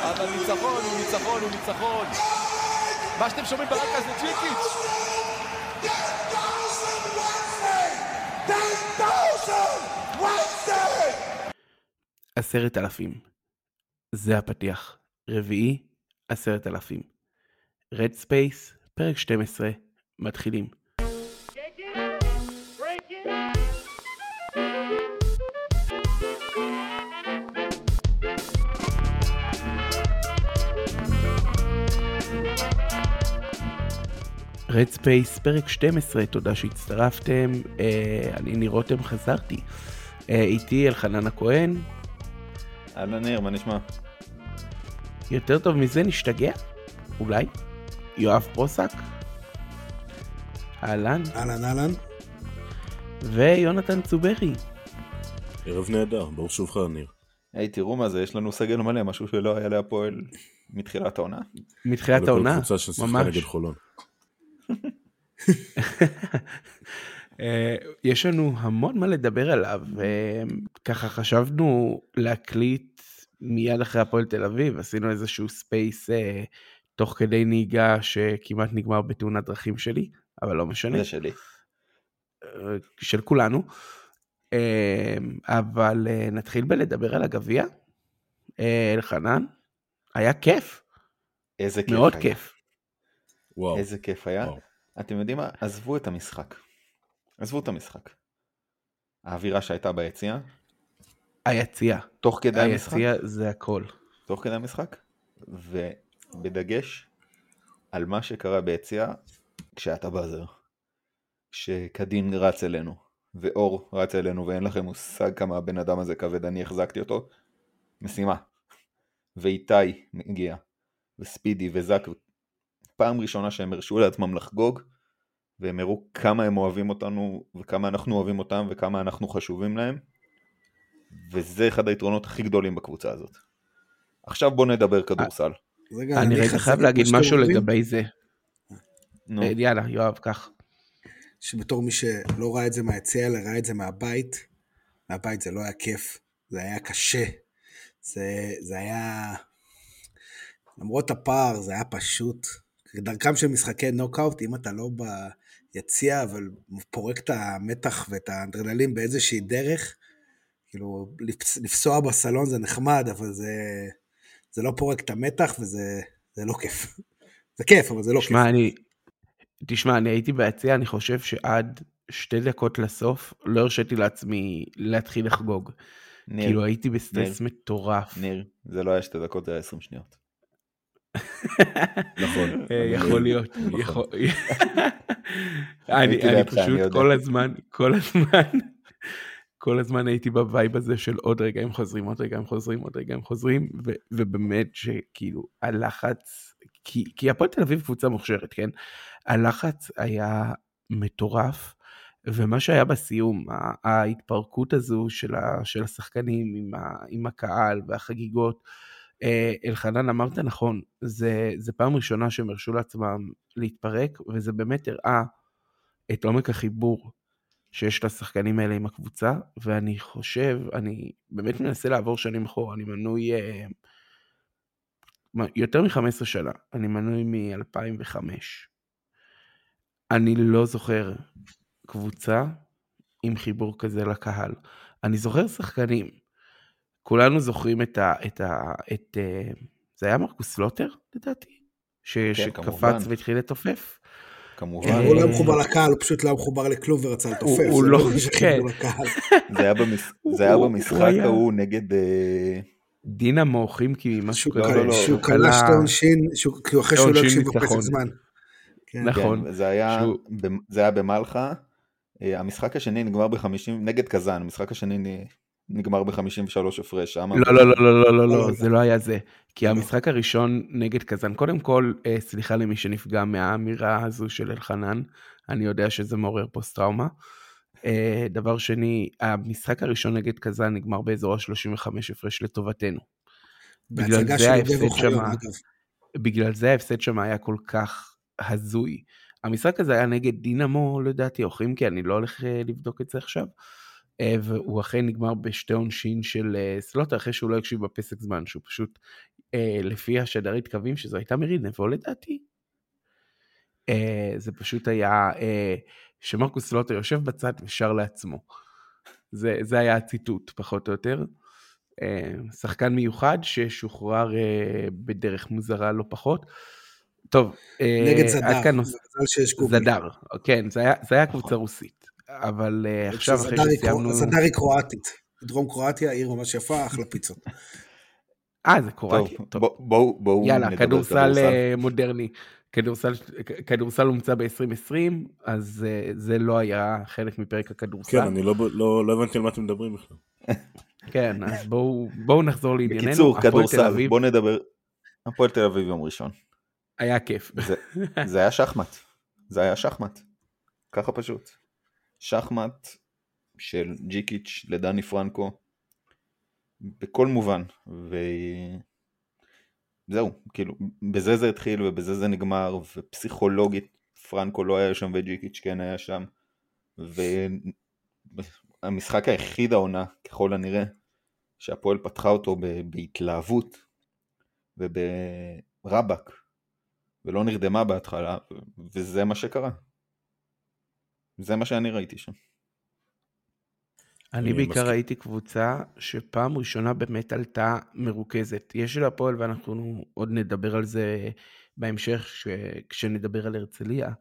אבל ניצחון הוא ניצחון הוא ניצחון. מה שאתם שומעים ברקע זה צ'יקיץ'. 10,000. זה הפתיח. רביעי, 10,000. רד ספייס, פרק 12, מתחילים. רד ספייס, פרק 12, תודה שהצטרפתם. אני ניר רותם, חזרתי. איתי אלחנן הכהן. אהלן ניר, מה נשמע? יותר טוב מזה נשתגע? אולי? יואב פרוסק. אהלן. אהלן. ויונתן צוברי. ערב נהדר, ברוך שובך ניר. היי, תראו מה זה, יש לנו סגל מלא, משהו שלא היה להפועל מתחילת העונה. מתחילת העונה? קבוצה ששיחקה נגד חולון. יש לנו המון מה לדבר עליו, וככה חשבנו להקליט מיד אחרי הפועל תל אביב, עשינו איזשהו ספייס תוך כדי נהיגה שכמעט נגמר בתאונת דרכים שלי, אבל לא משנה. זה שלי. של כולנו. אבל נתחיל בלדבר על הגביע. אלחנן, היה כיף. איזה כיף מאוד היה. כיף. וואו. איזה כיף היה. וואו. אתם יודעים מה? עזבו את המשחק. עזבו את המשחק. האווירה שהייתה ביציאה. היציאה. תוך כדי המשחק. היציאה זה הכל. תוך כדי המשחק. ובדגש על מה שקרה ביציאה כשאתה בזר. כשקדין רץ אלינו. ואור רץ אלינו ואין לכם מושג כמה הבן אדם הזה כבד, אני החזקתי אותו. משימה. ואיתי מגיע. וספידי וזק. פעם ראשונה שהם הרשו לעצמם לחגוג. והם הראו כמה הם אוהבים אותנו, וכמה אנחנו אוהבים אותם, וכמה אנחנו חשובים להם. וזה אחד היתרונות הכי גדולים בקבוצה הזאת. עכשיו בוא נדבר כדורסל. אני רגע חייב להגיד משהו לגבי זה. יאללה, יואב, כך. שבתור מי שלא ראה את זה מהיציאה, אלא ראה את זה מהבית, מהבית זה לא היה כיף, זה היה קשה. זה היה, למרות הפער, זה היה פשוט. דרכם של משחקי נוקאוט, אם אתה לא ביציאה, אבל פורק את המתח ואת האנדרנלין באיזושהי דרך, כאילו, לפסוע בסלון זה נחמד, אבל זה לא פורק את המתח, וזה לא כיף. זה כיף, אבל זה לא כיף. תשמע, אני הייתי ביציאה, אני חושב שעד 2 דקות לסוף, לא הרשיתי לעצמי להתחיל לחגוג. כאילו, הייתי בסטרס מטורף. ניר, זה לא היה 2 דקות, זה היה 20 שניות. נכון. יכול להיות. אני פשוט כל הזמן הייתי בווייב הזה של עוד רגע הם חוזרים, ובאמת שכאילו הלחץ, כי הפועל תל אביב קבוצה מוכשרת, כן? הלחץ היה מטורף, ומה שהיה בסיום, ההתפרקות הזו של השחקנים עם הקהל והחגיגות, אלחנן אמרת נכון, זה פעם ראשונה שהם הרשו לעצמם להתפרק, וזה באמת הראה את עומק החיבור שיש לשחקנים האלה עם הקבוצה, ואני חושב, אני באמת מנסה לעבור שנים אחורה, אני מנוי יותר מ-15 שנה, אני מנוי מ-2005. אני לא זוכר קבוצה עם חיבור כזה לקהל. אני זוכר שחקנים, כולנו זוכרים זה היה מרקוס לוטר, לדעתי? שקפץ והתחיל לתופף? כמובן. הוא לא מחובר לקהל, הוא פשוט לא מחובר לכלום ורצה לתופף. הוא לא, כן. זה היה במשחק ההוא נגד... דינמו, חימקי, משהו כזה. שהוא קלה שטון שין, אחרי שהוא לא הקשיב בפסק זמן. נכון. זה היה במלחה. המשחק השני נגמר ב-50, נגד קזן, המשחק השני נגמר ב-53 הפרש. לא, זה לא היה זה. כי המשחק הראשון נגד קזן, קודם כל, סליחה למי שנפגע מהאמירה הזו של אלחנן, אני יודע שזה מעורר פוסט-טראומה. דבר שני, המשחק הראשון נגד קזן נגמר באזור ה-35 הפרש לטובתנו. בגלל זה ההפסד שם היה כל כך הזוי. המשחק הזה היה נגד דינמו, לדעתי, או חימקי, אני לא הולך לבדוק את זה עכשיו. והוא אכן נגמר בשתי עונשין של סלוטר, אחרי שהוא לא הקשיב בפסק זמן, שהוא פשוט לפי השדרית קווים שזו הייתה מירי נבו לדעתי. זה פשוט היה שמרקוס סלוטר יושב בצד ושר לעצמו. זה היה הציטוט פחות או יותר. שחקן מיוחד ששוחרר בדרך מוזרה לא פחות. טוב, נגד זדר, עד כאן מזל שיש גוגל. זדר, כן, זה היה קבוצה רוסית, אבל עכשיו אחרי שסיימנו... זדר היא קרואטית, דרום קרואטיה, עיר ממש יפה, אחלה פיצות. זה קרואטיה, טוב. בואו יאללה, כדורסל מודרני, כדורסל הומצא ב-2020, אז זה לא היה חלק מפרק הכדורסל. כן, אני לא הבנתי על מה אתם מדברים בכלל. כן, אז בואו נחזור לענייננו. בקיצור, כדורסל, בואו נדבר. הפועל תל אביב יום ראשון. היה כיף. זה היה שחמט. זה היה שחמט. ככה פשוט. שחמט של ג'יקיץ' לדני פרנקו. בכל מובן. וזהו, כאילו, בזה זה התחיל ובזה זה נגמר, ופסיכולוגית פרנקו לא היה שם וג'יקיץ' כן היה שם. והמשחק היחיד העונה, ככל הנראה, שהפועל פתחה אותו בהתלהבות וברבק, ולא נרדמה בהתחלה, וזה מה שקרה. זה מה שאני ראיתי שם. אני בעיקר ראיתי קבוצה שפעם ראשונה באמת עלתה מרוכזת. יש של הפועל, ואנחנו עוד נדבר על זה בהמשך כשנדבר על הרצליה.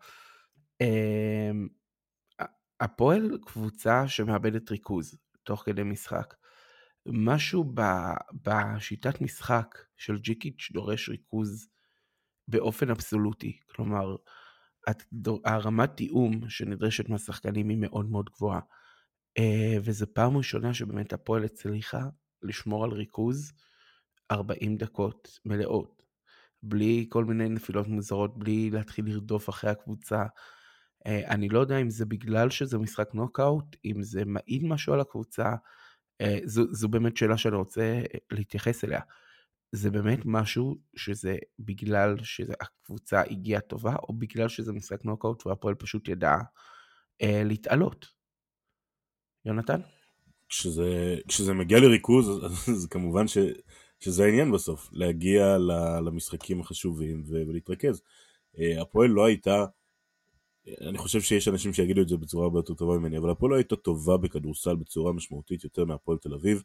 הפועל קבוצה שמאבדת ריכוז תוך כדי משחק. משהו בשיטת משחק של ג'יקיץ' דורש ריכוז באופן אבסולוטי. כלומר, הרמת תיאום שנדרשת מהשחקנים היא מאוד מאוד גבוהה. וזו פעם ראשונה שבאמת הפועל הצליחה לשמור על ריכוז 40 דקות מלאות, בלי כל מיני נפילות מוזרות, בלי להתחיל לרדוף אחרי הקבוצה. אני לא יודע אם זה בגלל שזה משחק נוקאוט, אם זה מעיד משהו על הקבוצה, זו באמת שאלה שאני רוצה להתייחס אליה. זה באמת משהו שזה בגלל שהקבוצה הגיעה טובה, או בגלל שזה משחק נוקאוט והפועל פשוט ידע להתעלות. יונתן? כשזה מגיע לריכוז, אז כמובן שזה העניין בסוף, להגיע למשחקים החשובים ולהתרכז. הפועל לא הייתה, אני חושב שיש אנשים שיגידו את זה בצורה הרבה יותר טובה ממני, אבל הפועל לא הייתה טובה בכדורסל בצורה משמעותית יותר מהפועל תל אביב,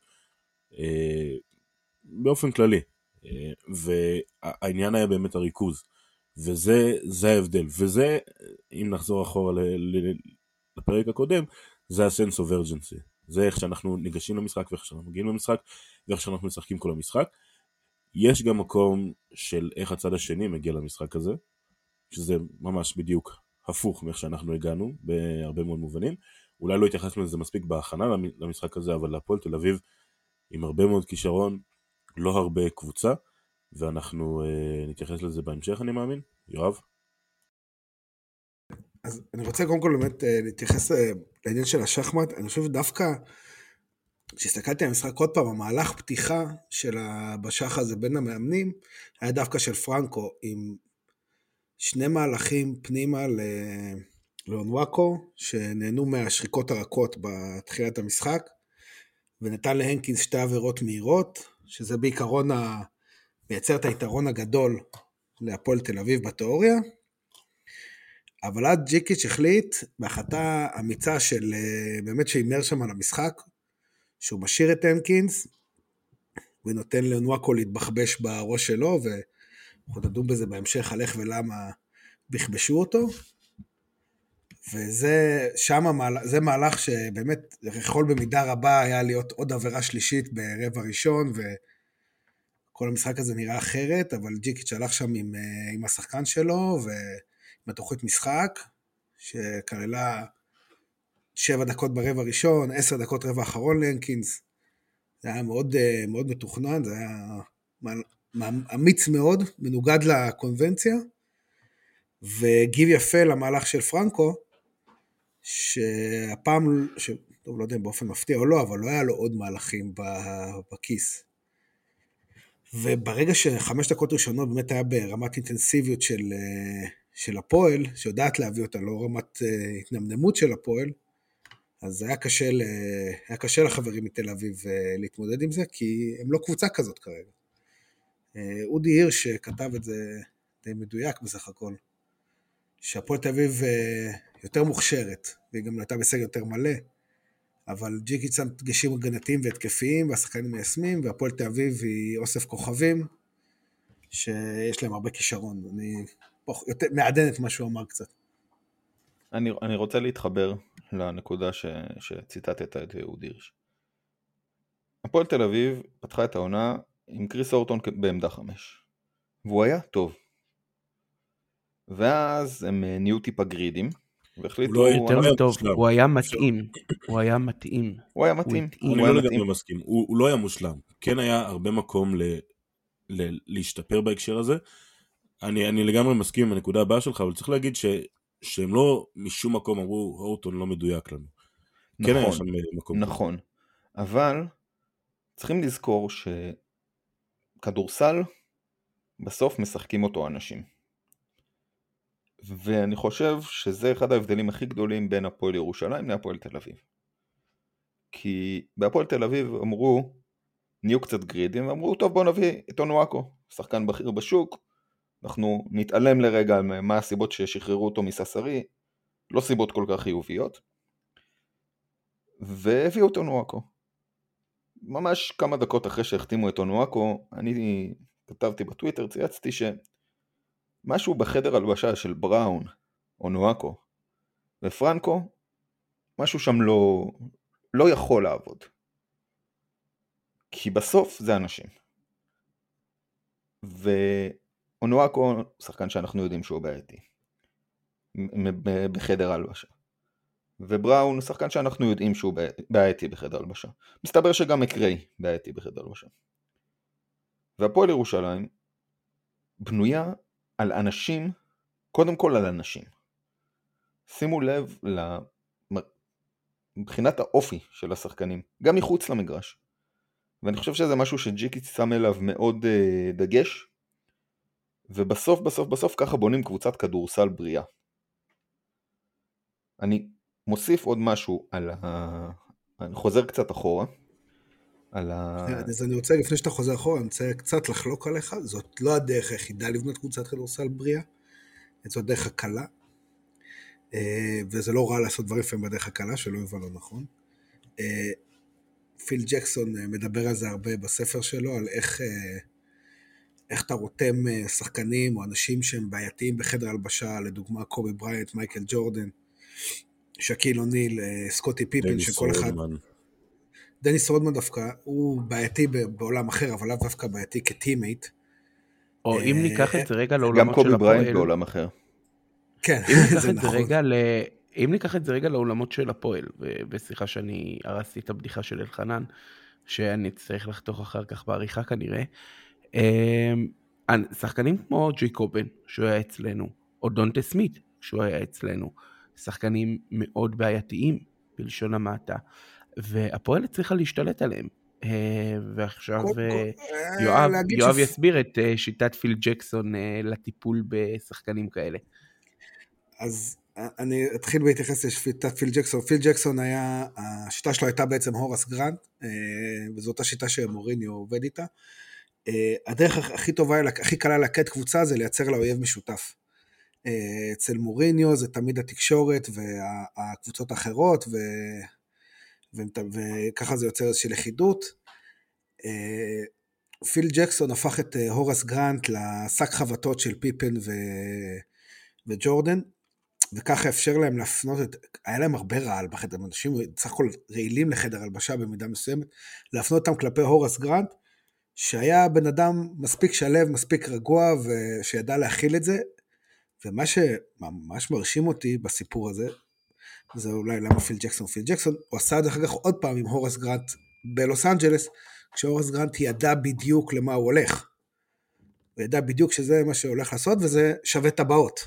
באופן כללי. והעניין היה באמת הריכוז, וזה ההבדל. וזה, אם נחזור אחורה לפרק הקודם, זה ה-sense of urgency. זה איך שאנחנו ניגשים למשחק, ואיך שאנחנו מגיעים למשחק, ואיך שאנחנו משחקים כל המשחק. יש גם מקום של איך הצד השני מגיע למשחק הזה, שזה ממש בדיוק הפוך מאיך שאנחנו הגענו, בהרבה מאוד מובנים. אולי לא התייחסנו לזה מספיק בהכנה למשחק הזה, אבל להפועל תל אביב, עם הרבה מאוד כישרון, לא הרבה קבוצה, ואנחנו נתייחס לזה בהמשך, אני מאמין. יואב? אז אני רוצה קודם כל באמת להתייחס לעניין של השחמט. אני חושב דווקא, כשהסתכלתי על המשחק עוד פעם, המהלך פתיחה של בשח הזה בין המאמנים, היה דווקא של פרנקו, עם שני מהלכים פנימה לאונוואקו, שנהנו מהשריקות הרכות בתחילת המשחק, ונתן להנקינס שתי עבירות מהירות, שזה בעיקרון מייצר את היתרון הגדול להפועל תל אביב בתיאוריה, אבל עד ג'יקיץ' החליט, בהחלטה אמיצה של באמת שימר שם על המשחק, שהוא משאיר את הנקינס, ונותן לאונוואקו להתבחבש בראש שלו, ואנחנו נדון בזה בהמשך על איך ולמה בכבשו אותו, וזה זה מהלך שבאמת יכול במידה רבה היה להיות עוד עבירה שלישית ברבע ראשון, וכל המשחק הזה נראה אחרת, אבל ג'יקיץ' הלך שם עם השחקן שלו, עם התוכנית משחק, שכללה 7 דקות ברבע ראשון, 10 דקות רבע אחרון להנקינס, זה היה מאוד, מאוד מתוכנן, זה היה אמיץ מאוד, מנוגד לקונבנציה, וגיב יפה למהלך של פרנקו, שהפעם, טוב, לא יודע אם באופן מפתיע או לא, אבל לא היה לו עוד מהלכים בכיס. וברגע ש5 דקות ראשונות באמת היה ברמת אינטנסיביות של הפועל, שיודעת להביא אותה, לא רמת התנמנמות של הפועל, אז היה קשה לחברים מתל אביב להתמודד עם זה, כי הם לא קבוצה כזאת כרגע. אודי הירש כתב את זה די מדויק בסך הכל, שהפועל תל אביב יותר מוכשרת, והיא גם הייתה בסגל יותר מלא, אבל ג'יקיץ' שם דגשים הגנתיים והתקפיים, והשחקנים מיישמים, והפועל תל אביב היא אוסף כוכבים, שיש להם הרבה כישרון. אני מעדן את מה שהוא אמר קצת. אני רוצה להתחבר לנקודה שציטטת את אודי הירש. הפועל תל אביב פתחה את העונה עם קריס אורטון בעמדה 5, והוא היה טוב. ואז הם נהיו טיפה גרידים, והחליטו... הוא לא יותר מטוב, הוא היה מתאים. הוא היה מתאים. הוא היה מתאים. אני לא לגמרי מסכים. הוא לא היה מושלם. כן היה הרבה מקום להשתפר בהקשר הזה. אני לגמרי מסכים עם הנקודה הבאה שלך, אבל צריך להגיד שהם לא משום מקום אמרו, אורטון לא מדויק לנו. כן היה שם מקום. נכון. אבל צריכים לזכור שכדורסל בסוף משחקים אותו אנשים. ואני חושב שזה אחד ההבדלים הכי גדולים בין הפועל ירושלים להפועל תל אביב. כי בהפועל תל אביב אמרו, נהיו קצת גרידים, ואמרו, טוב בוא נביא את אונואקו, שחקן בכיר בשוק, אנחנו נתעלם לרגע מה הסיבות ששחררו אותו מססרי, לא סיבות כל כך חיוביות, והביאו את אונואקו. ממש כמה דקות אחרי שהחתימו את אונואקו, אני כתבתי בטוויטר, צייצתי משהו בחדר הלבשה של בראון, אונואקו ופרנקו, משהו שם לא יכול לעבוד. כי בסוף זה אנשים. ואונואקו, שחקן שאנחנו יודעים שהוא בעייתי, בחדר הלבשה. ובראון, שחקן שאנחנו יודעים שהוא בעייתי בחדר הלבשה. מסתבר שגם מקרי בעייתי בחדר הלבשה. והפועל ירושלים בנויה על אנשים, קודם כל על אנשים. שימו לב מבחינת האופי של השחקנים, גם מחוץ למגרש. ואני חושב שזה משהו שג'יקיץ' שם אליו מאוד דגש, ובסוף בסוף בסוף ככה בונים קבוצת כדורסל בריאה. אני מוסיף עוד משהו אני חוזר קצת אחורה, אז אני רוצה, לפני שאתה חוזר אחורה, אני רוצה קצת לחלוק עליך, זאת לא הדרך היחידה לבנות קבוצת כדורסל בריאה, זאת הדרך הקלה, וזה לא רע לעשות דברים לפעמים בדרך הקלה, שלא יובן לא נכון. פיל ג'קסון מדבר על זה הרבה בספר שלו, על איך אתה רותם שחקנים או אנשים שהם בעייתיים בחדר הלבשה, לדוגמה קובי בריינט, מייקל ג'ורדן, שקיל אוניל, סקוטי פיפין, שכל אחד... דניס רודמן דווקא, הוא בעייתי בעולם אחר, אבל לאו דווקא בעייתי כטימייט. או אם ניקח את זה רגע לעולמות של הפועל... גם קובי בריינט בעולם אחר. כן, זה נכון. אם ניקח את זה רגע לעולמות של הפועל, וסליחה שאני הרסתי את הבדיחה של אלחנן, שאני צריך לחתוך אחר כך בעריכה כנראה, שחקנים כמו ג'ייקובן, שהוא היה אצלנו, או דונטה סמית, שהוא היה אצלנו, שחקנים מאוד בעייתיים, בלשון המעטה, והפועל צריכה להשתלט עליהם. ועכשיו יואב יסביר את שיטת פיל ג'קסון לטיפול בשחקנים כאלה. אז אני אתחיל בהתייחס לשיטת פיל ג'קסון. פיל ג'קסון היה, השיטה שלו הייתה בעצם הורס גרנט, וזו אותה שיטה שמוריניו עובד איתה. הדרך הכי טובה, הכי קלה להקד קבוצה זה לייצר לה אויב משותף. אצל מוריניו זה תמיד התקשורת והקבוצות האחרות, וככה זה יוצר איזושהי לכידות. פיל ג'קסון הפך את הורס גרנט לשק חבטות של פיפן וג'ורדן, וככה אפשר להם להפנות היה להם הרבה רעל בחדר, אנשים סך הכל רעילים לחדר הלבשה במידה מסוימת, להפנות אותם כלפי הורס גרנט, שהיה בן אדם מספיק שלב, מספיק רגוע, ושידע להכיל את זה, ומה שממש מרשים אותי בסיפור הזה, זה אולי למה פיל ג'קסון, הוא עשה דרך אגב עוד פעם עם הורס גרנט בלוס אנג'לס, כשהורס גרנט ידע בדיוק למה הוא הולך, הוא ידע בדיוק שזה מה שהוא הולך לעשות, וזה שווה טבעות,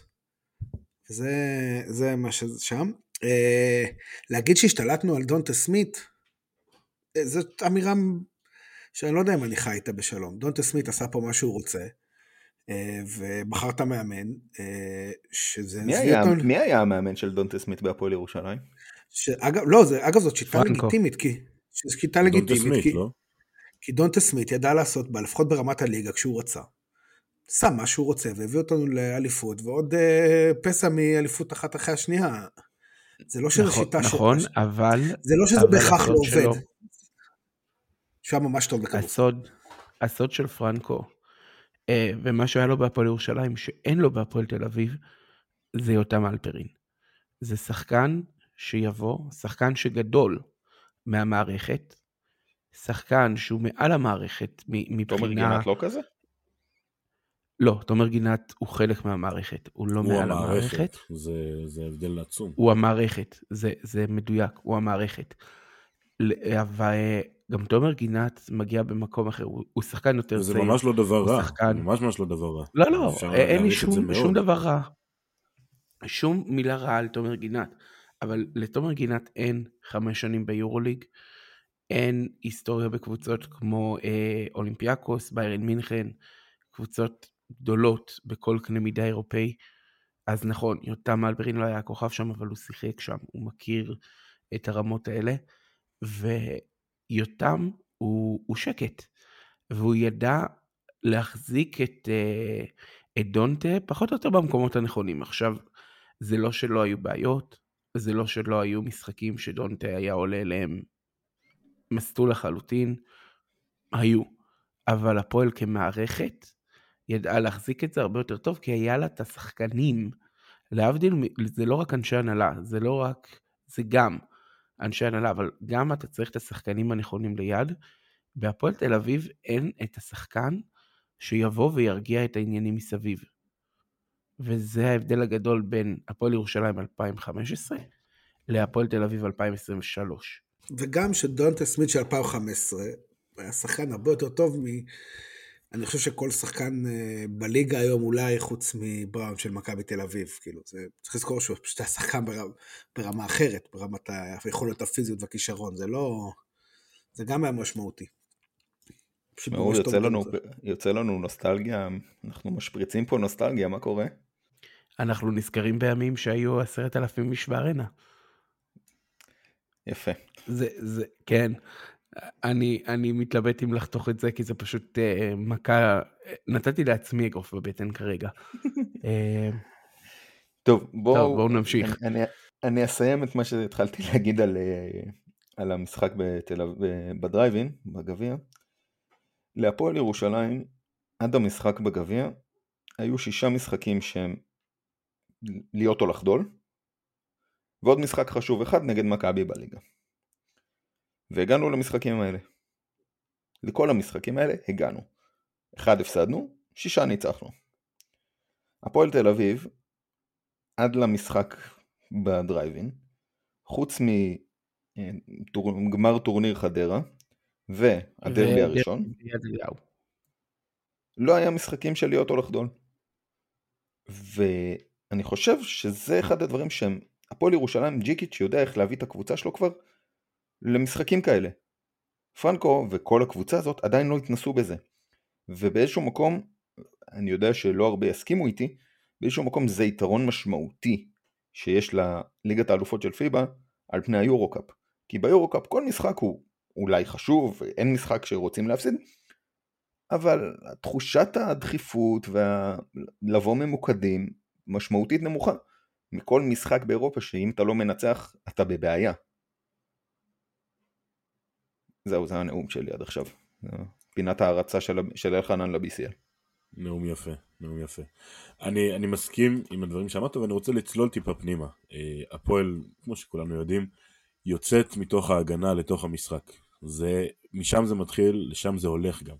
זה מה ששם. להגיד שהשתלטנו על דונטה סמית, זאת אמירה שאני לא יודע אם אני חי איתה בשלום. דונטה סמית עשה פה מה שהוא רוצה, ובחר את המאמן, שזה... מי היה המאמן של דונטה סמית בהפועל ירושלים? אגב, זאת שיטה לגיטימית, כי... דונטה סמית, לא? כי דונטה סמית ידע לעשות בה, לפחות ברמת הליגה, כשהוא רצה. שם מה שהוא רוצה, והביא אותנו לאליפות, ועוד פסע מאליפות אחת אחרי השנייה. זה לא שזה שיטה נכון, אבל... זה לא שזה בהכרח לא שלו, עובד. שהוא היה ממש טוב בכדורסל. הסוד של פרנקו, ומה שהיה לו בהפועל ירושלים, שאין לו בהפועל תל אביב, זה יותם אלפרין. זה שחקן שיבוא, שחקן שגדול מהמערכת, שחקן שהוא מעל המערכת מבחינה... תומר גינת לא כזה? לא, תומר גינת הוא חלק מהמערכת, הוא לא מעל המערכת. זה הבדל עצום. הוא המערכת, זה מדויק, הוא המערכת. אבל גם תומר גינת מגיע במקום אחר, הוא שחקן יותר צעיר. וזה ממש לא דבר רע, ממש לא דבר רע. לא, אין לי שום דבר רע. שום מילה רעה על תומר גינת, אבל לתומר גינת אין 5 שנים ביורוליג, אין היסטוריה בקבוצות כמו אולימפיאקוס, ביירן מינכן, קבוצות גדולות בכל קנה מידה אירופאי. אז נכון, יותם אלפרין לא היה הכוכב שם, אבל הוא שיחק שם, הוא מכיר את הרמות האלה, ויותם הוא שקט, והוא ידע להחזיק את דונטה פחות או יותר במקומות הנכונים. עכשיו, זה לא שלא היו בעיות, זה לא שלא היו משחקים שדונטה היה עולה אליהם מסטול לחלוטין, היו, אבל הפועל כמערכת ידעה להחזיק את זה הרבה יותר טוב, כי היה לה את השחקנים, להבדיל, זה לא רק אנשי הנהלה, זה גם אנשי הנהלה, אבל גם אתה צריך את השחקנים הנכונים ליד. בהפועל תל אביב אין את השחקן שיבוא וירגיע את העניינים מסביב. וזה ההבדל הגדול בין הפועל ירושלים 2015 להפועל תל אביב 2023. וגם שדונטה סמית של 2015 היה שחקן הרבה יותר טוב אני חושב שכל שחקן בליגה היום אולי חוץ מבראון של מכבי תל אביב, כאילו, צריך לזכור שהוא פשוט היה שחקן ברמה אחרת, ברמת היכולת הפיזיות והכישרון, זה גם היה משמעותי. יוצא לנו נוסטלגיה, אנחנו משפריצים פה נוסטלגיה, מה קורה? אנחנו נזכרים בימים שהיו 10,000 איש בארנה. יפה. כן. אני מתלבט אם לחתוך את זה, כי זה פשוט מכה, נתתי לעצמי אגרוף בבטן כרגע. טוב, בואו נמשיך. אני אסיים את מה שהתחלתי להגיד על המשחק בדרייבין, בגביע. להפועל ירושלים, עד המשחק בגביע, היו 6 משחקים שהם להיות או לחדול, ועוד משחק חשוב אחד נגד מכבי בליגה. והגענו למשחקים האלה. לכל המשחקים האלה הגענו. 1 הפסדנו, 6 ניצחנו. הפועל תל אביב, עד למשחק בדרייבין, חוץ מגמר טורניר חדרה, והדרבי הראשון, לא היה משחקים של להיות או לחדול. ואני חושב שזה אחד הדברים שהם, הפועל ירושלים ג'יקיץ' יודע איך להביא את הקבוצה שלו כבר, למשחקים כאלה. פרנקו וכל הקבוצה הזאת עדיין לא התנסו בזה. ובאיזשהו מקום, אני יודע שלא הרבה יסכימו איתי, באיזשהו מקום זה יתרון משמעותי שיש לליגת האלופות של פיבה על פני היורוקאפ. כי ביורוקאפ כל משחק הוא אולי חשוב, אין משחק שרוצים להפסיד, אבל תחושת הדחיפות ולבוא ממוקדים משמעותית נמוכה מכל משחק באירופה, שאם אתה לא מנצח אתה בבעיה. זהו, זה הנאום שלי עד עכשיו. פינת ההרצה של אלחנן ל-BCL. נאום יפה, נאום יפה. אני מסכים עם הדברים שאמרת, ואני רוצה לצלול טיפה פנימה. הפועל, כמו שכולנו יודעים, יוצאת מתוך ההגנה לתוך המשחק. משם זה מתחיל, לשם זה הולך גם.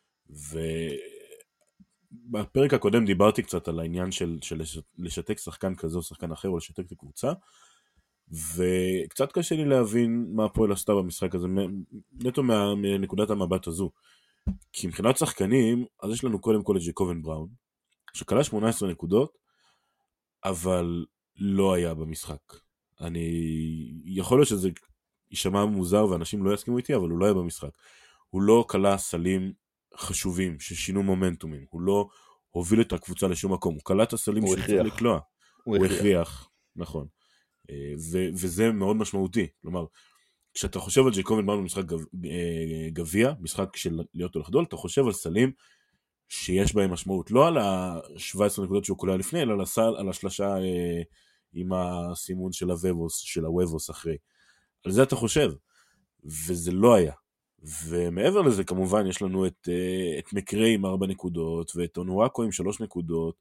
ובפרק הקודם דיברתי קצת על העניין של לשתק שחקן כזה או שחקן אחר, או לשתק את הקבוצה, וקצת קשה לי להבין מה הפועל עשתה במשחק הזה, נטו מנקודת המבט הזו. כי מבחינת שחקנים, אז יש לנו קודם כל את ג'קובן בראון, שקלה 18 נקודות, אבל לא היה במשחק. יכול להיות שזה יישמע מוזר ואנשים לא יסכימו איתי, אבל הוא לא היה במשחק. הוא לא קלה סלים חשובים ששינו מומנטומים, הוא לא הוביל את הקבוצה לשום מקום, הוא קלה את הסלים שצריך לקלוע. הוא הכריח, נכון. וזה מאוד משמעותי. כלומר, כשאתה חושב על ג'ייקובן בראון במשחק גביע, משחק של להיות או לחדול, אתה חושב על סלים שיש בהם משמעות, לא על ה-17 נקודות שהוא קולע לפני, אלא על השלשה עם הסימון של הוובוס אחרי. על זה אתה חושב, וזה לא היה. ומעבר לזה כמובן יש לנו את מקרי עם 4 נקודות, ואת אונואקו עם 3 נקודות,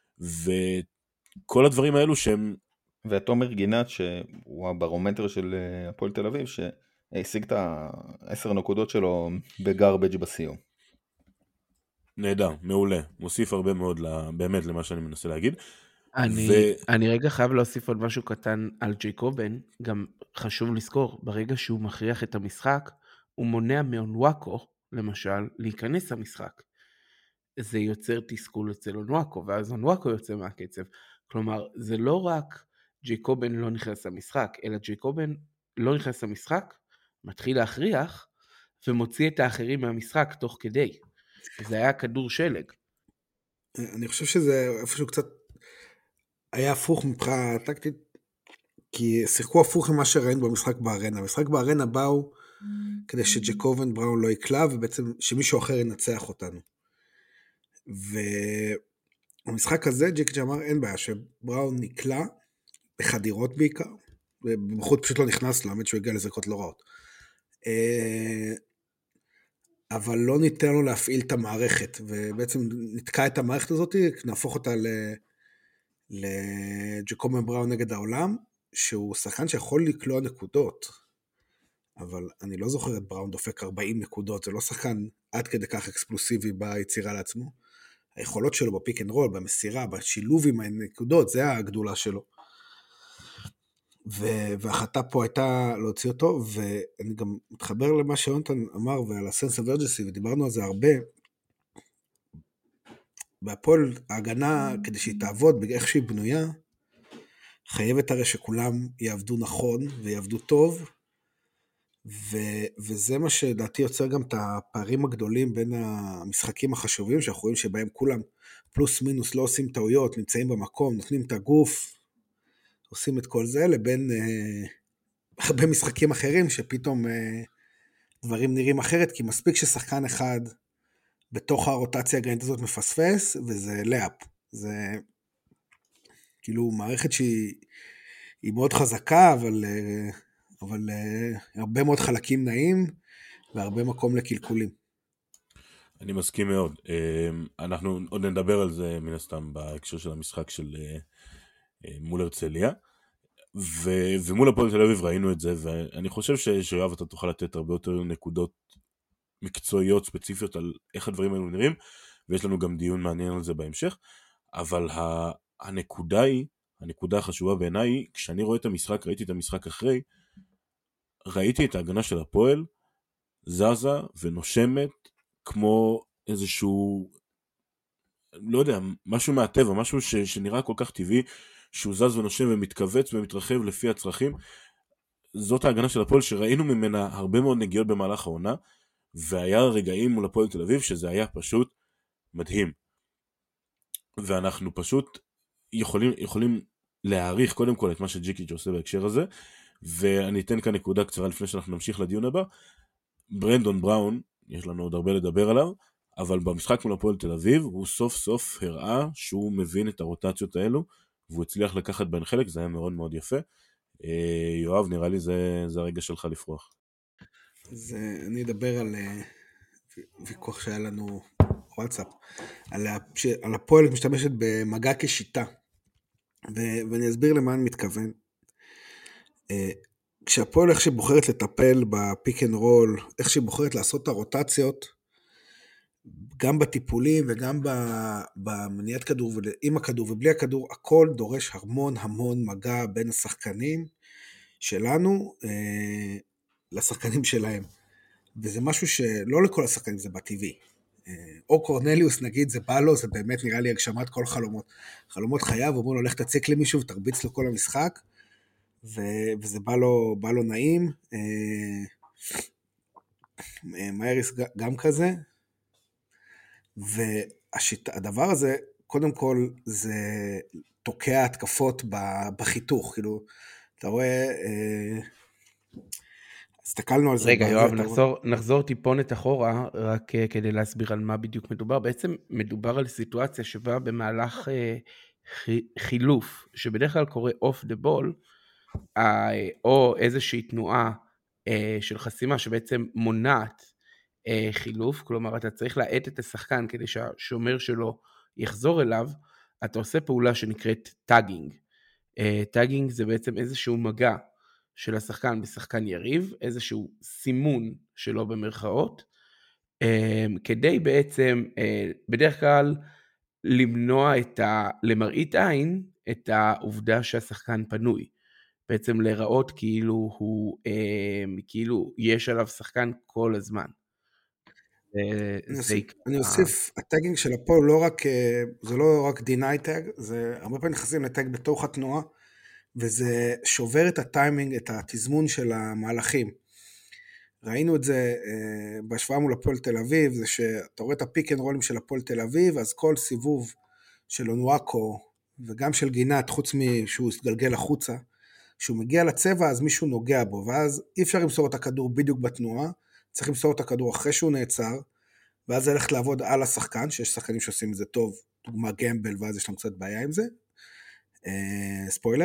וכל הדברים האלו שהם... ותומר גינת שהוא הברומטר של הפועל תל אביב, שהשיג את 10 נקודות שלו בגרבג' בסיום. נהדר, מעולה, מוסיף הרבה מאוד באמת למה שאני מנסה להגיד. אני רגע חייב להוסיף עוד משהו קטן על ג'ייקובן, גם חשוב לזכור, ברגע שהוא מכריח את המשחק, הוא מונע מאונואקו, למשל, להיכנס למשחק. זה יוצר תסכול אצל אונואקו, ואז אונואקו יוצא מהקצב. כלומר, זה לא רק ג'ייקובן לא נכנס למשחק, אלא ג'ייקובן לא נכנס למשחק, מתחיל להכריח, ומוציא את האחרים מהמשחק תוך כדי. זה היה כדור שלג. אני חושב שזה איפשהו קצת היה הפוך מבחינה טקטית, כי שיחקו הפוך ממה שראינו במשחק בארנה. במשחק בארנה באו כדי שג'ייקובן בראון לא יקלע, ובעצם שמישהו אחר ינצח אותנו. ובמשחק הזה ג'יק אמר אין בעיה, שבראון נקלע, בחדירות בעיקר, ובמחות פשוט לא נכנס לו, האמת שהוא הגיע לזריקות לא רעות. אבל לא ניתן לו להפעיל את המערכת, ובעצם נתקע את המערכת הזאת, נהפוך אותה לג'ייקובן בראון נגד העולם, שהוא שחקן שיכול לקלוע נקודות, אבל אני לא זוכר את בראון דופק 40 נקודות, זה לא שחקן עד כדי כך אקספלוסיבי ביצירה לעצמו. היכולות שלו בפיק אנד רול, במסירה, בשילוב עם הנקודות, זה הגדולה שלו. והחלטה פה הייתה להוציא אותו, ואני גם מתחבר למה שיונתן אמר, ועל הסנס אוף ארג'נסי, ודיברנו על זה הרבה. בהפועל ההגנה, כדי שהיא תעבוד, באיך שהיא בנויה, חייבת הרי שכולם יעבדו נכון, ויעבדו טוב, וזה מה שדעתי יוצר גם את הפערים הגדולים, בין המשחקים החשובים, שאנחנו רואים שבהם כולם פלוס מינוס לא עושים טעויות, נמצאים במקום, נותנים את הגוף, עושים את כל זה, לבין הרבה משחקים אחרים, שפתאום דברים נראים אחרת, כי מספיק ששחקן אחד, בתוך הרוטציה הגנית הזאת מפספס, וזה לאפ. זה כאילו מערכת שהיא מאוד חזקה, אבל הרבה מאוד חלקים נעים, והרבה מקום לקלקולים. אני מסכים מאוד. אנחנו עוד נדבר על זה מן הסתם בהקשר של המשחק של מול הרצליה, ומול הפועל תל אביב ראינו את זה, ואני חושב שיואב אתה תוכל לתת הרבה יותר נקודות מקצועיות ספציפיות על איך הדברים האלו נראים, ויש לנו גם דיון מעניין על זה בהמשך, אבל הנקודה החשובה בעיניי היא, כשאני רואה את המשחק, ראיתי את המשחק אחרי, ראיתי את ההגנה של הפועל, זזה ונושמת, כמו איזשהו, לא יודע, משהו מהטבע, משהו שנראה כל כך טבעי, שהוא זז ונושם ומתכווץ ומתרחב לפי הצרכים. זאת ההגנה של הפועל שראינו ממנה הרבה מאוד נגיעות במהלך העונה, והיה רגעים מול הפועל תל אביב שזה היה פשוט מדהים. ואנחנו פשוט יכולים להעריך קודם כל את מה שג'יקיץ' עושה בהקשר הזה, ואני אתן כאן נקודה קצרה לפני שאנחנו נמשיך לדיון הבא. ברנדון בראון, יש לנו עוד הרבה לדבר עליו, אבל במשחק מול הפועל תל אביב הוא סוף סוף הראה שהוא מבין את הרוטציות האלו, והוא הצליח לקחת בהן חלק, זה היה מאוד מאוד יפה. יואב, נראה לי זה הרגע שלך לפרוח. אז אני אדבר על ויכוח שהיה לנו וואטסאפ, על הפועל משתמשת במגע כשיטה, ואני אסביר למה אני מתכוון. כשהפועל איך שבוחרת לטפל בפיק אנד רול, איך שבוחרת לעשות את הרוטציות, גם בטיפולים וגם במניעת כדור, עם הכדור ובלי הכדור, הכל דורש המון מגע בין השחקנים שלנו לשחקנים שלהם. וזה משהו שלא לכל השחקנים זה בטבעי. או קורנליוס נגיד, זה בא לו, זה באמת נראה לי הגשמת כל חלומות חייו, אומרים לו, לך תציק למישהו ותרביץ לו כל המשחק, וזה בא לו נעים. מייריס גם כזה, והדבר הזה, קודם כל, זה תוקע התקפות בחיתוך, כאילו, אתה רואה, הסתכלנו על זה. רגע, בזה, יואב, אתה- נחזור טיפונת אחורה, רק כדי להסביר על מה בדיוק מדובר. בעצם מדובר על סיטואציה שבה במהלך חילוף, שבדרך כלל קורה off the ball, או איזושהי תנועה של חסימה שבעצם מונעת חילוף, כלומר אתה צריך להאט את השחקן כדי שהשומר שלו יחזור אליו, אתה עושה פעולה שנקראת טאגינג. טאגינג זה בעצם איזשהו מגע של השחקן בשחקן יריב, איזשהו סימון שלו במרכאות, כדי בעצם בדרך כלל למנוע למראית עין את העובדה שהשחקן פנוי, בעצם להיראות כאילו יש עליו שחקן כל הזמן. אני אוסיף, הטאגינג של הפועל לא רק, זה לא רק deny טאג, זה הרבה פעמים נכנסים לטאג בתוך התנועה, וזה שובר את הטיימינג, את התזמון של המהלכים. ראינו את זה בהשוואה מול הפועל תל אביב, זה שאתה רואה את הפיק אנד רולים של הפועל תל אביב, אז כל סיבוב של אונואקו, וגם של גינת, חוץ משהוא יתגלגל החוצה, כשהוא מגיע לצבע, אז מישהו נוגע בו, ואז אי אפשר למסור את הכדור בדיוק בתנועה, צריך למסור את הכדור אחרי שהוא נעצר, ואז זה הולך לעבוד על השחקן, שיש שחקנים שעושים את זה טוב, דוגמה גמבל, ואז יש להם קצת בעיה עם זה, ספוילר.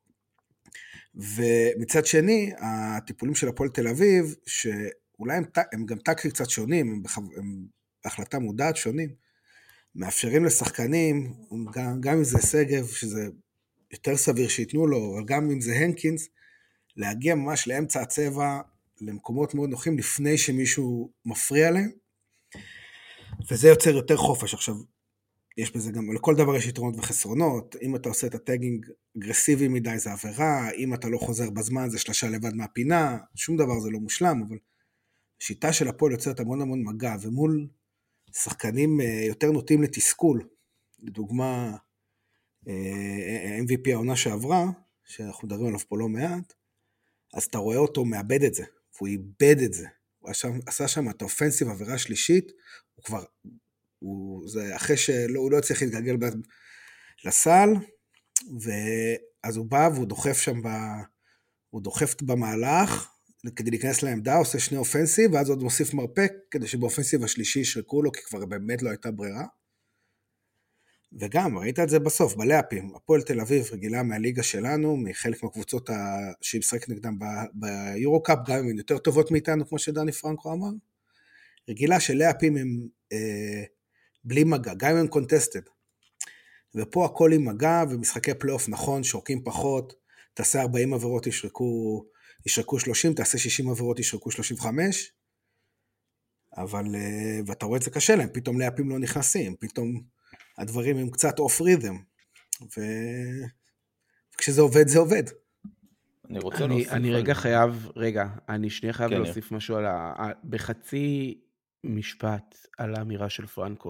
ומצד שני, הטיפולים של הפועל תל אביב, שאולי הם גם טקטית קצת שונים, הם בהחלטה מודעת שונים, מאפשרים לשחקנים, גם אם זה סגב, שזה יותר סביר שיתנו לו, אבל גם אם זה הנקינס, להגיע ממש לאמצע הצבע, למקומות מאוד נוחים, לפני שמישהו מפריע להם, וזה יוצר יותר חופש. עכשיו, יש בזה גם, לכל דבר יש יתרונות וחסרונות, אם אתה עושה את הטאגינג אגרסיבי מדי זה עבירה, אם אתה לא חוזר בזמן זה שלשה לבד מהפינה, שום דבר זה לא מושלם, אבל השיטה של הפועל יוצרת המון המון מגע, ומול שחקנים יותר נוטים לתסכול, לדוגמה, MVP העונה שעברה, שאנחנו מדברים עליו פה לא מעט, אז אתה רואה אותו מאבד את זה, והוא איבד את זה, הוא עשה שם את האופנסיב עבירה שלישית, הוא כבר, זה אחרי שהוא לא צריך להתגלגל לסל, ואז הוא בא והוא דוחף שם, הוא דוחף במהלך, כדי להיכנס לעמדה, עושה שני אופנסיב, ואז עוד מוסיף מרפק, כדי שבאופנסיב השלישי ישרקו לו, כי כבר באמת לא הייתה ברירה. וגם, ראית את זה בסוף, בלאפים, הפועל תל אביב רגילה מהליגה שלנו, מחלק מהקבוצות שהיא משחקת נגדם ביורו-קאפ, גם אם הן יותר טובות מאיתנו, כמו שדני פרנקו אמר, רגילה שלאפים הם בלי מגע, גם אם הם קונטסטד. ופה הכל עם מגע, ומשחקי פלייאוף נכון, שורקים פחות, תעשה 40 עבירות ישרקו 30, תעשה 60 עבירות ישרקו 35, אבל, ואתה רואה את זה קשה להם, פתאום לאפים לא נכנסים, פתאום הדברים הם קצת אוף ריתם, וכשזה עובד, זה עובד. אני רוצה להוסיף... אני שנייה חייב להוסיף משהו בחצי משפט על האמירה של פרנקו.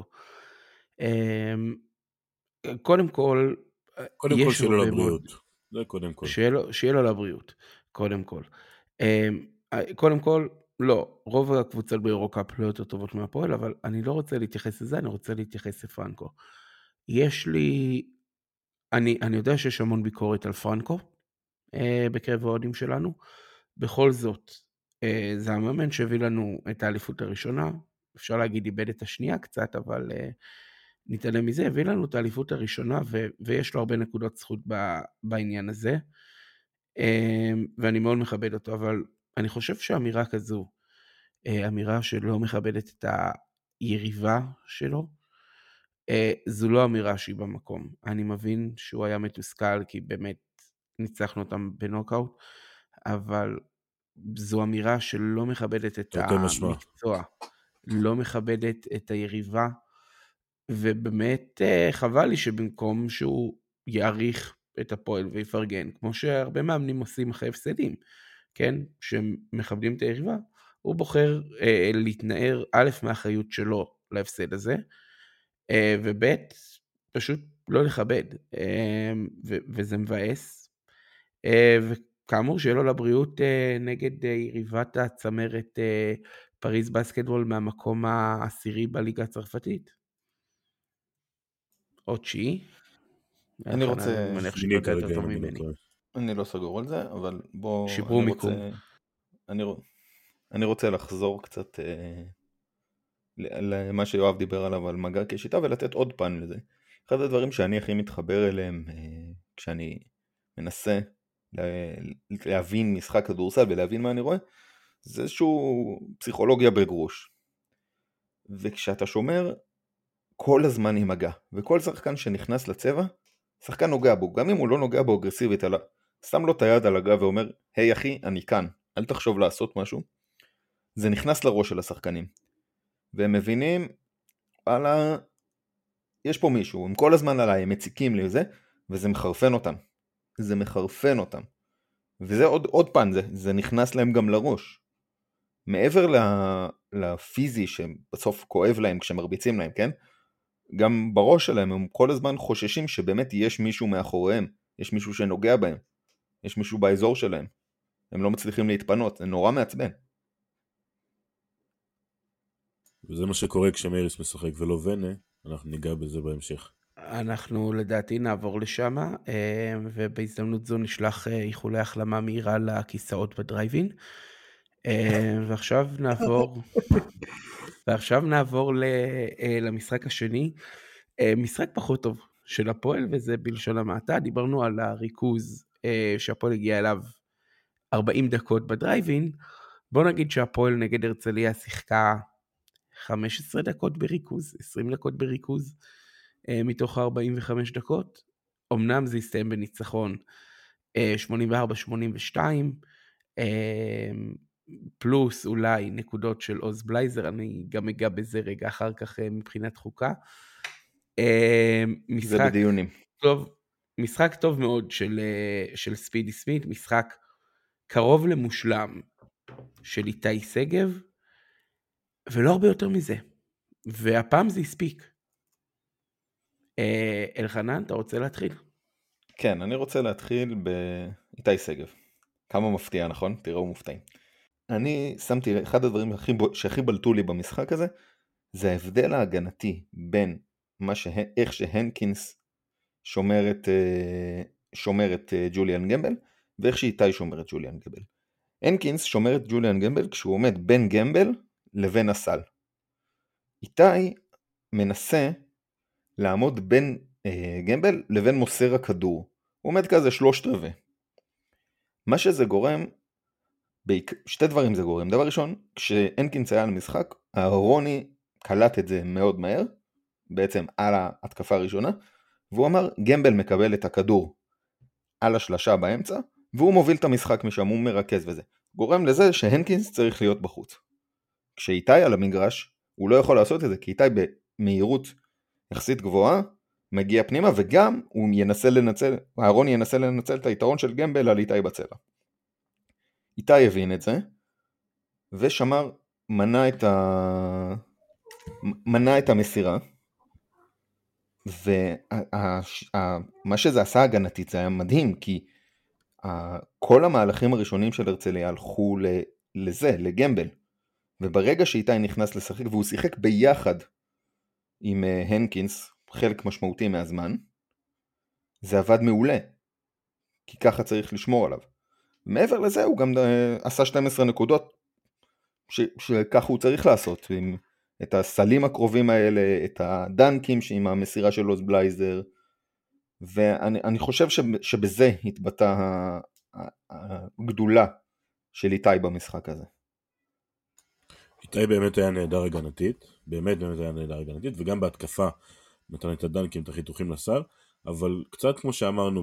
קודם כל שיהיה לו לבריאות. זה קודם כל. שיהיה לו לבריאות, קודם כל. קודם כל, לא, רוב הקבוצות ביורו-קאפ לא יותר טובות מהפועל, אבל אני לא רוצה להתייחס לזה, אני רוצה להתייחס לפרנקו. אני יודע שיש המון ביקורת על פרנקו, בקרב האוהדים שלנו, בכל זאת, זה המאמן שהביא לנו את האליפות הראשונה, אפשר להגיד איבד את השנייה קצת, אבל נתעלם מזה, הביא לנו את האליפות הראשונה, ויש לו הרבה נקודות זכות בעניין הזה, ואני מאוד מכבד אותו, אבל אני חושב שאמירה כזו, אמירה שלא מכבדת את היריבה שלו, זו לא אמירה שהיא במקום. אני מבין שהוא היה מתוסכל, כי באמת ניצחנו אותם בנוקאוט, אבל זו אמירה שלא מכבדת את המקצוע, לא מכבדת את היריבה, ובאמת חבל לי שבמקום שהוא יעריך את הפועל ויפרגן, כמו שהרבה מאמנים עושים אחרי הפסדים, כן, שמכבדים את היריבה, הוא בוחר להתנער א' מהאחריות שלו להפסד הזה, וב' פשוט לא לכבד, וזה מבאס, וכאמור שיהיה לו לבריאות נגד יריבת הצמרת פריז בסקטבול מהמקום העשירי בליגה הצרפתית. או תשיעי. אני רוצה... אני אני לא סגור על זה, אבל בוא... שיפרו מיקום. אני רוצה לחזור קצת למה שיואב דיבר עליו על מגע כשיטה ולתת עוד פן לזה. אחד הדברים שאני הכי מתחבר אליהם כשאני מנסה להבין משחק כדורסל ולהבין מה אני רואה, זה איזשהו פסיכולוגיה בגרוש. וכשאתה שומר כל הזמן עם מגע, וכל שחקן שנכנס לצבע, שחקן נוגע בו, גם אם הוא לא נוגע בו אגרסיבית, אלא שם לו את היד על הגב ואומר, היי אחי, אני כאן, אל תחשוב לעשות משהו, זה נכנס לראש של השחקנים. והם מבינים, וואלה, יש פה מישהו, הם כל הזמן עליי, הם מציקים לי וזה, וזה מחרפן אותם. זה מחרפן אותם. וזה עוד פן, זה נכנס להם גם לראש. מעבר לפיזי שבסוף כואב להם כשמרביצים להם, כן? גם בראש שלהם הם כל הזמן חוששים שבאמת יש מישהו מאחוריהם, יש מישהו שנוגע בהם, יש מישהו באזור שלהם. הם לא מצליחים להתפנות, זה נורא מעצבן. וזה מה שקורה כשמייריס משחק ולא ונה, אנחנו ניגע בזה בהמשך. אנחנו לדעתי נעבור לשם, ובהזדמנות זו נשלח איחולי החלמה מהירה לכיסאות בדרייבין. ועכשיו נעבור למשחק השני, משחק פחות טוב של הפועל, וזה בלשון המעטה. דיברנו על הריכוז שהפועל הגיע אליו 40 דקות בדרייבין. בוא נגיד שהפועל נגד הרצליה שיחקה 15 דקות בריכוז, 20 דקות בריכוז, מתוך 45 דקות. אמנם זה הסתיים בניצחון 84-82, פלוס אולי נקודות של עוז בלייזר, אני גם אגע בזה רגע אחר כך מבחינת חוקה. זה בדיונים. משחק טוב מאוד של ספידי סמית, משחק קרוב למושלם של איתי סגב, ולא הרבה יותר מזה. והפעם זה הספיק. אלחנן, אתה רוצה להתחיל? כן, אני רוצה להתחיל באיתי סגב. כמה מפתיע, נכון? תראו מופתעים. אני שמתי, אחד הדברים שהכי בלטו לי במשחק הזה, זה ההבדל ההגנתי בין איך שהנקינס שומר את ג'וליאן גמבל, ואיך שאיתי שומר את ג'וליאן גמבל. הנקינס שומר את ג'וליאן גמבל כשהוא עומד בין גמבל לבין הסל. איתי מנסה לעמוד בין גמבל לבין מוסר הכדור. הוא עומד כזה 3/4. מה שזה גורם, שתי דברים זה גורם. דבר ראשון, כשהנקינס היה על המשחק, רוני קלט את זה מאוד מהר, בעצם על ההתקפה הראשונה, והוא אמר, גמבל מקבל את הכדור על השלשה באמצע, והוא מוביל את המשחק משם, הוא מרכז וזה. גורם לזה שהנקינס צריך להיות בחוץ. כשאיתי על המגרש, הוא לא יכול לעשות את זה, כי איתי במהירות יחסית גבוהה, מגיע פנימה, וגם רוני ינסה לנצל את היתרון של גמבל על איתי בצבע. איתי הבין את זה, ושמר, מנע את המסירה, ומה שזה עשה הגנתית זה היה מדהים, כי כל המהלכים הראשונים של הרצליה הלכו לגמבל, וברגע שאיתי נכנס לשחק, והוא שיחק ביחד עם הנקינס, חלק משמעותי מהזמן, זה עבד מעולה, כי ככה צריך לשמור עליו. מעבר לזה הוא גם עשה 12 נקודות, שככה הוא צריך לעשות, עם את הסלים הקרובים האלה, את הדנקים עם המסירה של עוז בלייזר, ואני חושב שבזה התבטא הגדולה של איתי במשחק הזה. איתי באמת היה נהדר הגנתית, וגם בהתקפה נתן את הדנקים, את החיתוכים לסל, אבל קצת כמו שאמרנו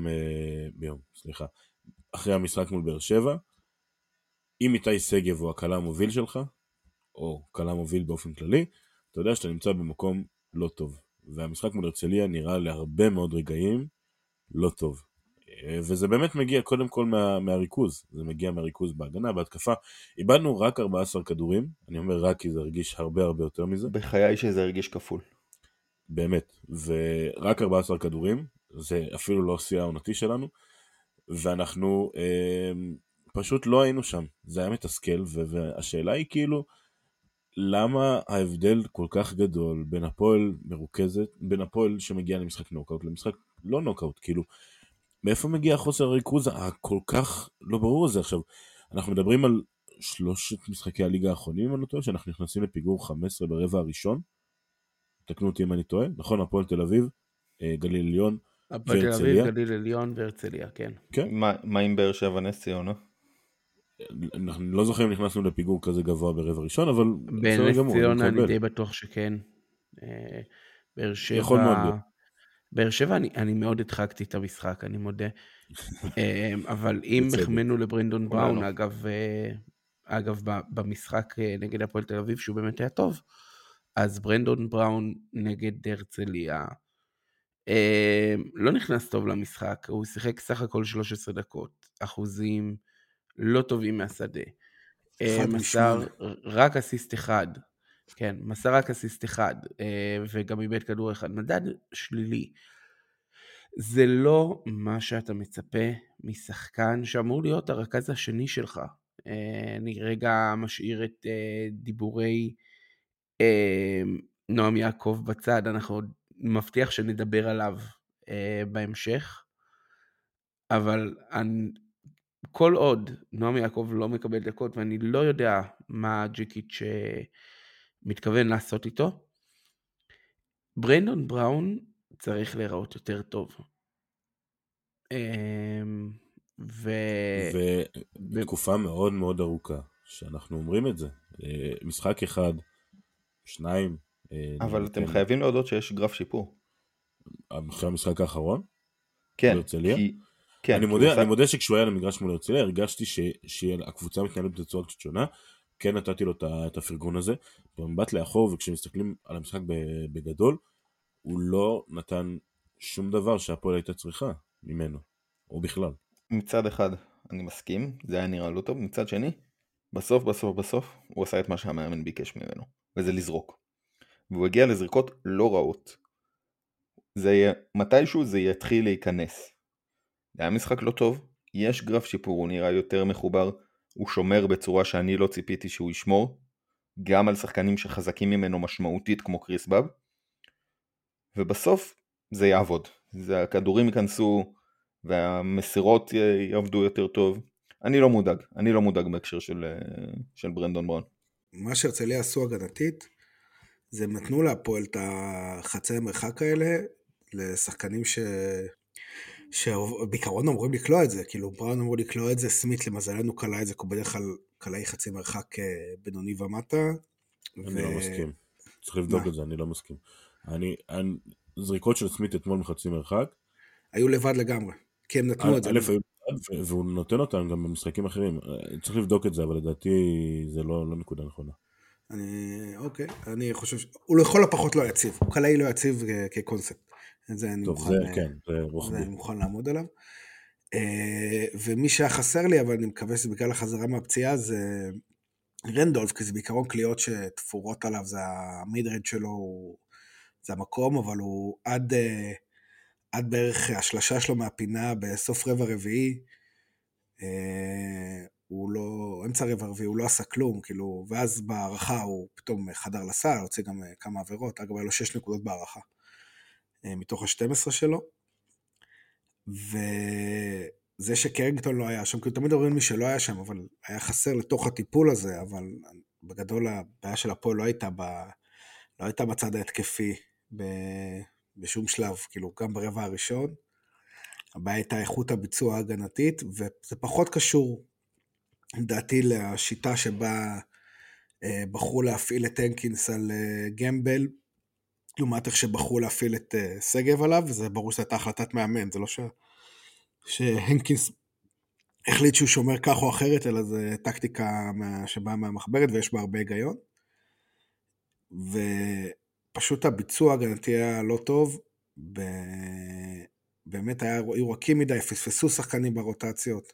אחרי המשחק מול באר שבע, אם איתי סגב הוא הקלה המוביל שלך, או קלה מוביל באופן כללי, אתה יודע שאתה נמצא במקום לא טוב. והמשחק מול הרצליה נראה להרבה מאוד רגעים לא טוב. וזה באמת מגיע קודם כל מהריכוז. זה מגיע מהריכוז בהגנה, בהתקפה. איבדנו רק 14 כדורים. אני אומר רק כי זה הרגיש הרבה יותר מזה. בחיי שזה הרגיש כפול. באמת. ורק 14 כדורים. זה אפילו לא שיא העונתי שלנו. ואנחנו פשוט לא היינו שם. זה היה מתסכל. והשאלה היא כאילו, למה ההבדל כל כך גדול בין הפועל שמגיע למשחק נוקאוט למשחק לא נוקאוט, כאילו מאיפה מגיע חוסר הריכוז הכל כך לא ברור הזה? עכשיו אנחנו מדברים על שלושת משחקי הליגה האחרונים, אם אני לא טועה, שאנחנו נכנסים לפיגור 15 ברבע הראשון. תקנו אותי אם אני טועה. נכון, הפועל תל אביב, גליל עליון הפועל תל אביב, והרצליה. גליל עליון והרצליה, כן. כן. מה עם באר שבע נס ציונה? אנחנו לא זוכרים אם נכנסנו לפיגור כזה גבוה ברבע ראשון, אבל בסדר בנס גמור, ציונה אני מקבל. די בטוח שכן. באר יכול מאוד שבע, להיות. באר שבע אני מאוד הדחקתי את המשחק, אני מודה. אבל אם בצדק. החמאנו לברנדון בראון, כולנו. אגב במשחק נגד הפועל תל אביב, שהוא באמת היה טוב, אז ברנדון בראון נגד הרצליה, לא נכנס טוב למשחק, הוא שיחק סך הכל 13 דקות, אחוזים לא טובים מהשדה. אחד מסר משמונה. רק אסיסט אחד, כן, מסר רק אסיסט אחד, וגם איבד כדור אחד, מדד שלילי. זה לא מה שאתה מצפה משחקן שאמור להיות הרכז השני שלך. אני רגע משאיר את דיבורי נועם יעקב בצד, אנחנו מבטיח שנדבר עליו בהמשך, אבל כל עוד נועם יעקב לא מקבל דקות, ואני לא יודע מה ג'יקיץ' מתכוון לעשות איתו, ברנדון בראון צריך להיראות יותר טוב. בתקופה מאוד מאוד ארוכה, שאנחנו אומרים את זה. משחק אחד, שניים. אבל אתם חייבים להודות שיש גרף שיפור. אחרי המשחק האחרון? כן, בהרצליה? כן. אני מודה שכשהוא היה למגרש מול הרצליה, הרגשתי שהקבוצה מתנהלת בצורה קצת שונה, כן נתתי לו את הפרגון הזה, במבט לאחור, וכשמסתכלים על המשחק בגדול, הוא לא נתן שום דבר שהפועל הייתה צריכה ממנו, או בכלל. מצד אחד אני מסכים, זה היה נראה לא טוב, מצד שני, בסוף הוא עשה את מה שהמאמן ביקש ממנו, וזה לזרוק. והוא הגיע לזריקות לא רעות. מתישהו זה יתחיל להיכנס. זה היה משחק לא טוב, יש גרף שיפור, הוא נראה יותר מחובר, הוא שומר בצורה שאני לא ציפיתי שהוא ישמור, גם על שחקנים שחזקים ממנו משמעותית כמו קריס בב, ובסוף זה יעבוד, הכדורים ייכנסו והמסירות יעבדו יותר טוב. אני לא מודאג בהקשר של ברנדון בראון. מה שהרצליה עשו הגנתית, זה נתנו להפועל את החצי המרחק האלה, לשחקנים שבעיקרון אמורים לקלוע את זה, כאילו בראון אמור לקלוע את זה, סמית למזלנו קלע את זה, כי בדרך כלל קלעי חצי מרחק בינוני ומטה. אני לא מסכים, צריך לבדוק את זה, אני לא מסכים. זריקות של סמית אתמול מחצי מרחק, היו לבד לגמרי, כי הם נתנו את זה. והוא נותן אותם גם במשחקים אחרים, צריך לבדוק את זה, אבל לדעתי זה לא נקודה נכונה. אוקיי, אני חושב הוא לכל הפחות לא יציב, הוא קלעי לא יציב כקונספט. זה אני מוכן לעמוד עליו. ומי שהיה חסר לי, אבל אני מקווה שזה בגלל החזרה מהפציעה, זה רנדולף, כי זה בעיקרון קליעות שתפורות עליו, זה המידרד שלו, זה המקום, אבל הוא עד בערך השלשה שלו מהפינה בסוף רבע רביעי, הוא לא, אמצע רבע רביעי, הוא לא עשה כלום, כאילו, ואז בערכה הוא פתאום חדר לסל, הוציא גם כמה עבירות, אגב היה לו 6 נקודות בערכה, מתוך ה-12 שלו, וזה שקרינגטון לא היה שם, כי תמיד אומרים מי שלא היה שם, אבל היה חסר לתוך הטיפול הזה, אבל בגדול הבעיה של הפועל לא הייתה בצד ההתקפי בשום שלב, כאילו גם ברבע הראשון, הבעיה הייתה איכות הביצוע ההגנתית, וזה פחות קשור, לדעתי, לשיטה שבה בחרו להפעיל את הנקינס על גמבל, לעומת איך שבחרו להפעיל את סגב עליו, וזה ברור שזו הייתה החלטת מאמן, זה לא שהנקינס החליט שהוא שומר כך או אחרת, אלא זה טקטיקה שבאה מהמחברת, ויש בה הרבה היגיון, ופשוט הביצוע ההגנתי היה לא טוב, באמת היו רכים מדי, פספסו שחקנים ברוטציות,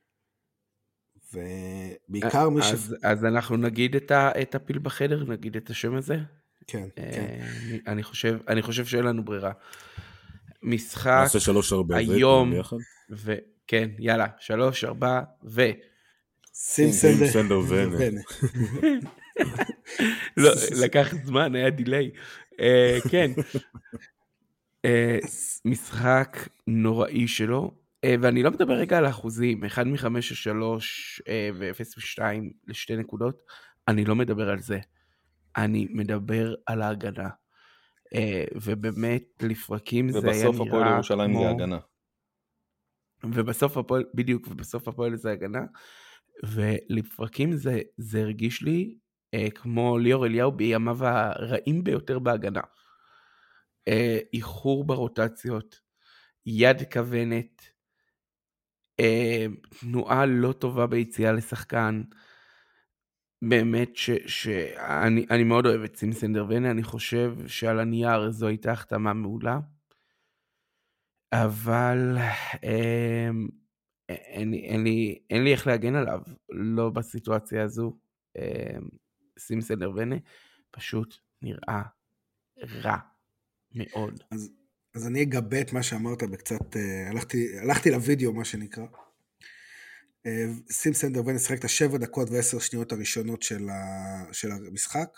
ובעיקר מי אז אנחנו נגיד את הפיל בחדר, נגיד את השם הזה? כן. אני חושב שאין לנו ברירה. משחק נעשה 3-4 היום, כן, יאללה, 3-4 סימסנדר ובנה. לקח זמן, היה דיליי. כן. משחק נוראי שלו, ואני לא מדבר רגע על האחוזים, 1 מ-5 ל-3 ו-0 ו-2 ל-2 נקודות, אני לא מדבר על זה. אני מדבר על ההגנה. ובאמת, לפרקים זה היה ובסוף הפועל נראה ירושלים זה הגנה. ובסוף הפועל, בדיוק, ובסוף הפועל זה הגנה. ולפרקים זה הרגיש לי כמו ליאור אליהו בימיו הרעים ביותר בהגנה. איחור ברוטציות, יד כוונת, תנועה לא טובה ביציאה לשחקן. באמת שאני מאוד אוהב את סים סנדרבנה, אני חושב שעל הנייר זו הייתה החתמה מעולה, אבל אין לי איך להגן עליו, לא בסיטואציה הזו. סים סנדרבנה פשוט נראה רע מאוד. אז אני אגבה את מה שאמרת בקצת, הלכתי לוידאו מה שנקרא. סים סנדרבנה שחק את 7 דקות ו10 שניות הראשונות של המשחק.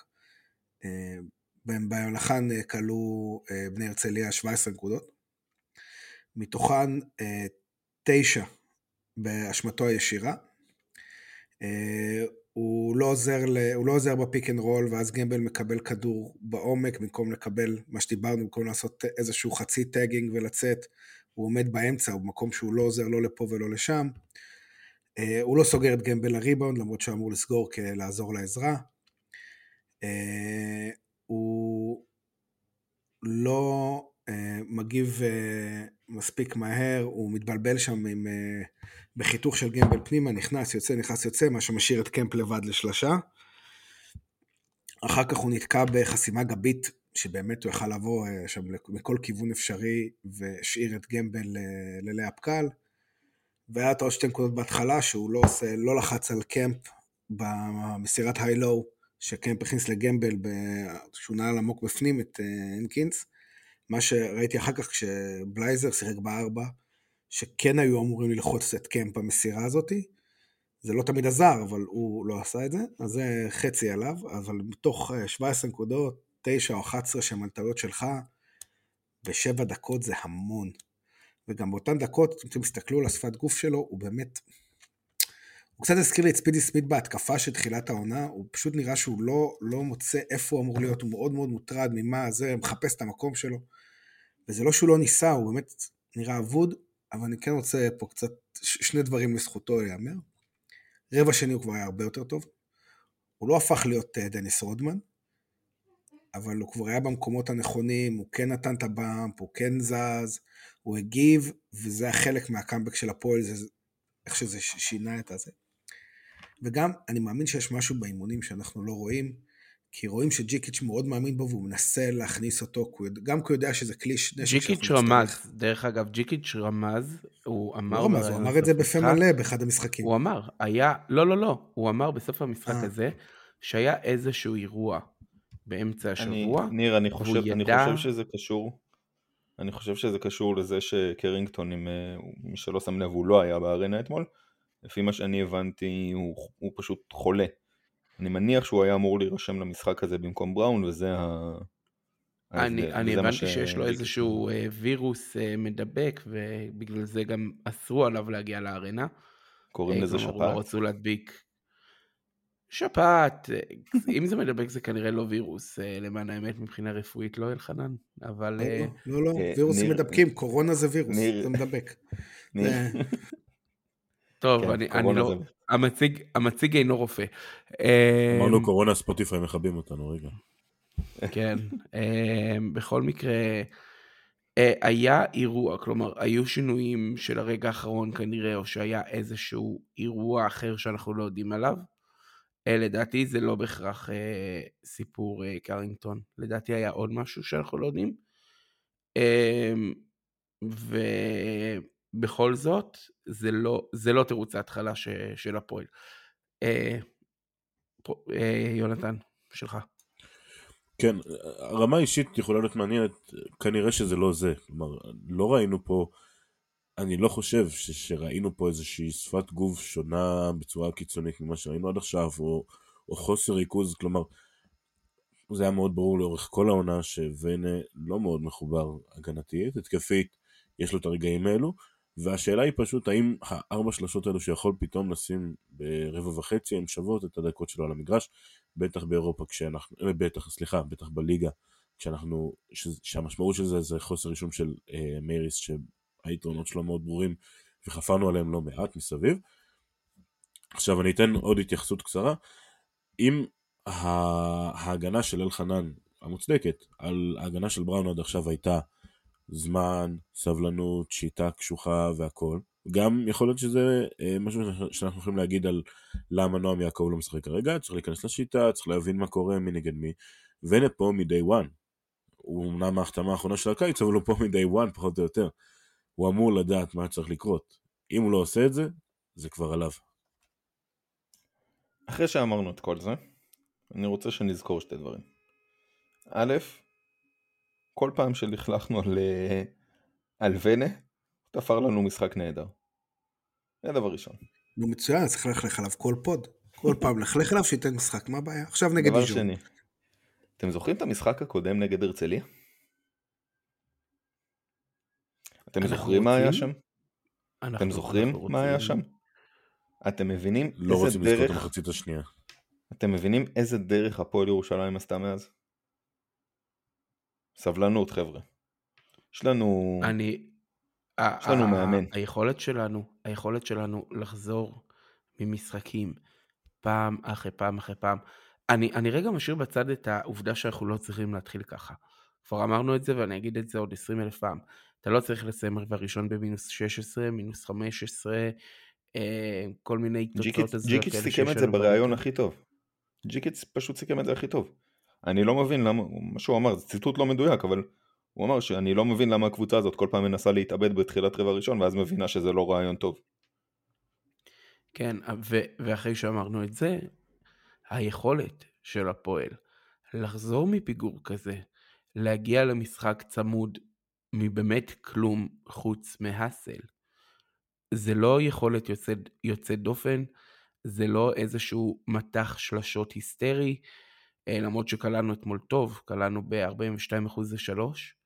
בהולחן קלו בני הרצליה 17 נקודות. מתוכן 9 באשמתו הישירה. הוא לא עוזר בפיק אנד רול, ואז גמבל מקבל כדור בעומק, במקום לקבל מה שדיברנו, במקום לעשות איזשהו חצי טאגינג ולצאת, הוא עומד באמצע, הוא במקום שהוא לא עוזר לא לפה ולא לשם. הוא לא סוגר את גמבל לריבאונד, למרות שהוא אמור לסגור לעזור לעזרה. הוא לא מגיב מספיק מהר, הוא מתבלבל שם בחיתוך של גמבל פנימה, נכנס יוצא, מה שמשאיר את קמפ לבד לשלשה. אחר כך הוא נתקע בחסימה גבית, שבאמת הוא יכל לבוא שם מכל כיוון אפשרי, והשאיר את גמבל ללאפ קל. והיה עוד 2 נקודות בהתחלה, שהוא לא לחץ על קמפ במסירת היי-לואו, שקמפ הכניס לגמבל, שהוא נעל עמוק בפנים את הנקינס. מה שראיתי אחר כך כשבלייזר שיחק ב4, שכן היו אמורים ללחוץ את קמפ במסירה הזאת, זה לא תמיד עזר, אבל הוא לא עשה את זה, אז זה חצי עליו, אבל מתוך 17 נקודות, 9 או 11 שהן על טעויות שלך, ו7 דקות זה המון. וגם באותן דקות, אם אתם תסתכלו על השפת גוף שלו, הוא באמת, הוא קצת הזכיר לי את ספידי סמית בהתקפה של תחילת העונה, הוא פשוט נראה שהוא לא מוצא איפה הוא אמור להיות, הוא מאוד מאוד מוטרד ממה זה, מחפש את המקום שלו, וזה לא שהוא לא ניסה, הוא באמת נראה אבוד, אבל אני כן רוצה פה קצת, 2 דברים לזכותו יאמר. רבע שני הוא כבר היה הרבה יותר טוב, הוא לא הפך להיות דניס רודמן, אבל הוא כבר היה במקומות הנכונים, הוא כן נתן את הבאמפ, הוא כן זז, הוא הגיב, וזה החלק מהקאמבק של הפועל, איך שזה שינה את הזה. וגם אני מאמין שיש משהו באימונים שאנחנו לא רואים, כי רואים שג'יקיץ' מאוד מאמין בו, והוא מנסה להכניס אותו, גם כי הוא יודע שזה כלי נשק. ג'יקיץ' רמז, דרך אגב, ג'יקיץ' רמז, הוא אמר... הוא אמר את זה בפה מלא באחד המשחקים. הוא אמר, לא, הוא אמר בסוף המשחק הזה, שהיה איזשהו אירוע באמצע השבוע. ניר, אני חושב שזה קשור לזה שקרינגטון, מי שלא שם לב, הוא לא היה בארנה אתמול, לפי מה שאני הבנתי, הוא פשוט חולה. אני מניח שהוא היה אמור להירשם למשחק הזה במקום בראון, וזה אני הבנתי שיש לו איזשהו וירוס מדבק, ובגלל זה גם אסרו עליו להגיע לארנה. קוראים לזה שפעת? לא רצו להדביק. שפעת, אם זה מדבק זה כנראה לא וירוס, למען האמת מבחינה רפואית לא אלחנן, אבל... לא, וירוסים מדבקים, קורונה זה וירוס, זה מדבק. טוב, אני לא... המציג אינו רופא. אמרנו קורונה, ספוטיפיי מכבים אותנו, רגע. כן, בכל מקרה, היה אירוע, כלומר, היו שינויים של הרגע האחרון כנראה, או שהיה איזשהו אירוע אחר שאנחנו לא יודעים עליו. לדעתי זה לא בהכרח סיפור קרינגטון, לדעתי היה עוד משהו שאנחנו לא יודעים. ובכל זאת, זה לא תירוץ ההתחלה של הפועל. יונתן, שלך. כן, הרמה האישית יכולה להיות מעניינת, כנראה שזה לא זה, כלומר, לא ראינו פה, אני לא חושב שראינו פה איזושהי שפת גוף שונה בצורה קיצונית ממה שראינו עד עכשיו, או חוסר ריכוז, כלומר, זה היה מאוד ברור לאורך כל העונה, שווינה לא מאוד מחובר הגנתית, התקפית, יש לו את הרגעים האלו, והשאלה היא פשוט, האם 4 שלשות האלו שיכול פתאום לשים ברבע וחצי, הן שוות את הדקות שלו על המגרש, בטח באירופה בטח בליגה, שהמשמעות של זה חוסר רישום של מייריס, שהיתרונות שלו מאוד ברורים, וחפרנו עליהם לא מעט מסביב. עכשיו אני אתן עוד התייחסות קצרה. אם ההגנה של אלחנן המוצדקת על ההגנה של בראון עד עכשיו הייתה זמן, סבלנות, שיטה קשוחה והכל, גם יכול להיות שזה משהו שאנחנו יכולים להגיד על למה נועם יעקב לא משחק כרגע, צריך להיכנס לשיטה, צריך להבין מה קורה, מי נגד מי, והנה פה מ-day one, הוא אמנם ההחתמה האחרונה של הקיץ, אבל הוא פה מ-day one פחות או יותר, הוא אמור לדעת מה צריך לקרות, אם הוא לא עושה את זה, זה כבר עליו. אחרי שאמרנו את כל זה, אני רוצה שנזכור שתי דברים. א', כל פעם שלכלכנו על ונה, תפר לנו משחק נהדר. זה דבר ראשון. נו מצוין, צריך ללכלך עליו כל פוד. כל פעם ללכלך עליו שייתן משחק, מה הבעיה? עכשיו נגד דבר דיז'ון. שני, אתם זוכרים את המשחק הקודם נגד הרצליה? אתם זוכרים מה היה שם? אתם זוכרים מה היה שם? אתם מבינים לא איזה רוצים לזכות דרך... המחצית השנייה. אתם מבינים איזה דרך הפועל ירושלים עשתה מאז? סבלנות, חבר'ה. יש לנו מאמן. היכולת שלנו לחזור ממשחקים פעם אחרי פעם אחרי פעם. אני רגע משאיר בצד את העובדה שאנחנו לא צריכים להתחיל ככה. כבר אמרנו את זה ואני אגיד את זה עוד 20,000 פעם. אתה לא צריך לסיים רבע ראשון במינוס 16, מינוס 15, כל מיני תוצאות. ג'יקיץ' סיכם את זה בריאיון הכי טוב. ג'יקיץ' פשוט סיכם את זה הכי טוב. אני לא מבין למה, מה שהוא אמר, זה ציטוט לא מדויק, אבל הוא אמר שאני לא מבין למה הקבוצה הזאת כל פעם מנסה להתאבד בתחילת רבע ראשון, ואז מבינה שזה לא רעיון טוב. כן, ואחרי שאמרנו את זה, היכולת של הפועל לחזור מפיגור כזה, להגיע למשחק צמוד מבאמת כלום חוץ מהסל, זה לא יכולת יוצאת דופן, זה לא איזשהו מתח שלשות היסטרי, למרות שקלענו אתמול טוב, קלענו ב-42% ל-3,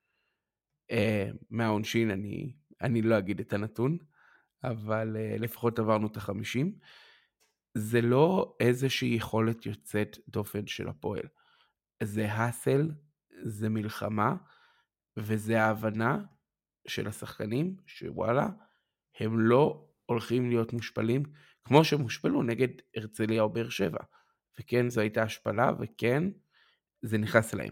מהעונשין אני לא אגיד את הנתון, אבל לפחות עברנו את ה-50, זה לא איזושהי יכולת יוצאת דופן של הפועל, זה הסל, זה מלחמה, וזה ההבנה של השחקנים, שוואלה, הם לא הולכים להיות מושפלים, כמו שמושפלו נגד הרצליה או באר שבע, וכן זו הייתה השפלה, וכן זה נכנס להם.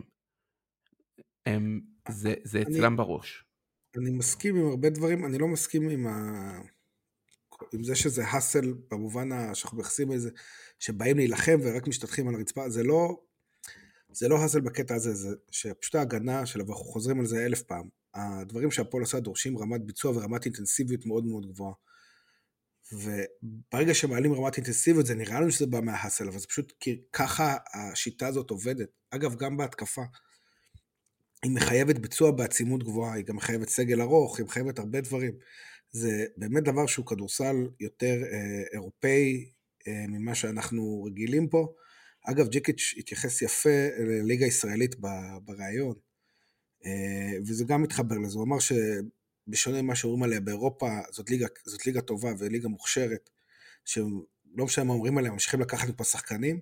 זה אצלם בראש. אני מסכים עם הרבה דברים, אני לא מסכים עם זה שזה הסל, במובן שאנחנו מכסים איזה, שבאים להילחם ורק משתתחים על הרצפה, זה לא הסל בקטע הזה, זה שפשוט ההגנה של, ואנחנו חוזרים על זה 1000 פעם, הדברים שהפועל עושה דורשים רמת ביצוע ורמת אינטנסיביות מאוד מאוד גבוהה, וברגע שמעלים רמת אינטנסיביות, זה נראה לנו שזה בא מההסל, אבל זה פשוט כי ככה השיטה הזאת עובדת. אגב, גם בהתקפה, היא מחייבת ביצוע בעצימות גבוהה, היא גם מחייבת סגל ארוך, היא מחייבת הרבה דברים. זה באמת דבר שהוא כדורסל יותר אירופאי ממה שאנחנו רגילים פה. אגב, ג'יקיץ' התייחס יפה לליגה ישראלית ברעיון, וזה גם מתחבר לזה. הוא אמר שבשונה ממה שאומרים עליה באירופה, זאת ליגה טובה וליגה מוכשרת, שלא משנה מה אומרים עליה, ממשיכים לקחת מפה שחקנים,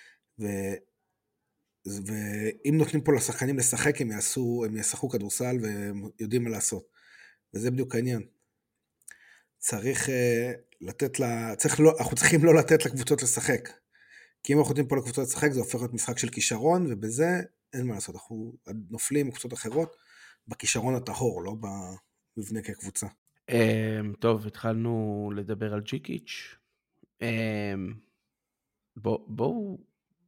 ואם נותנים פה לשחקנים לשחק, הם ישחקו כדורסל והם יודעים מה לעשות. וזה בדיוק העניין. אנחנו צריכים לא לתת לקבוצות לשחק. כי אם אנחנו נותנים פה לקבוצות לשחק, זה הופך להיות משחק של כישרון, ובזה אין מה לעשות. אנחנו נופלים מקבוצות אחרות בכישרון הטהור, לא במבנה כקבוצה. טוב, התחלנו לדבר על ג'יקיץ'. בואו,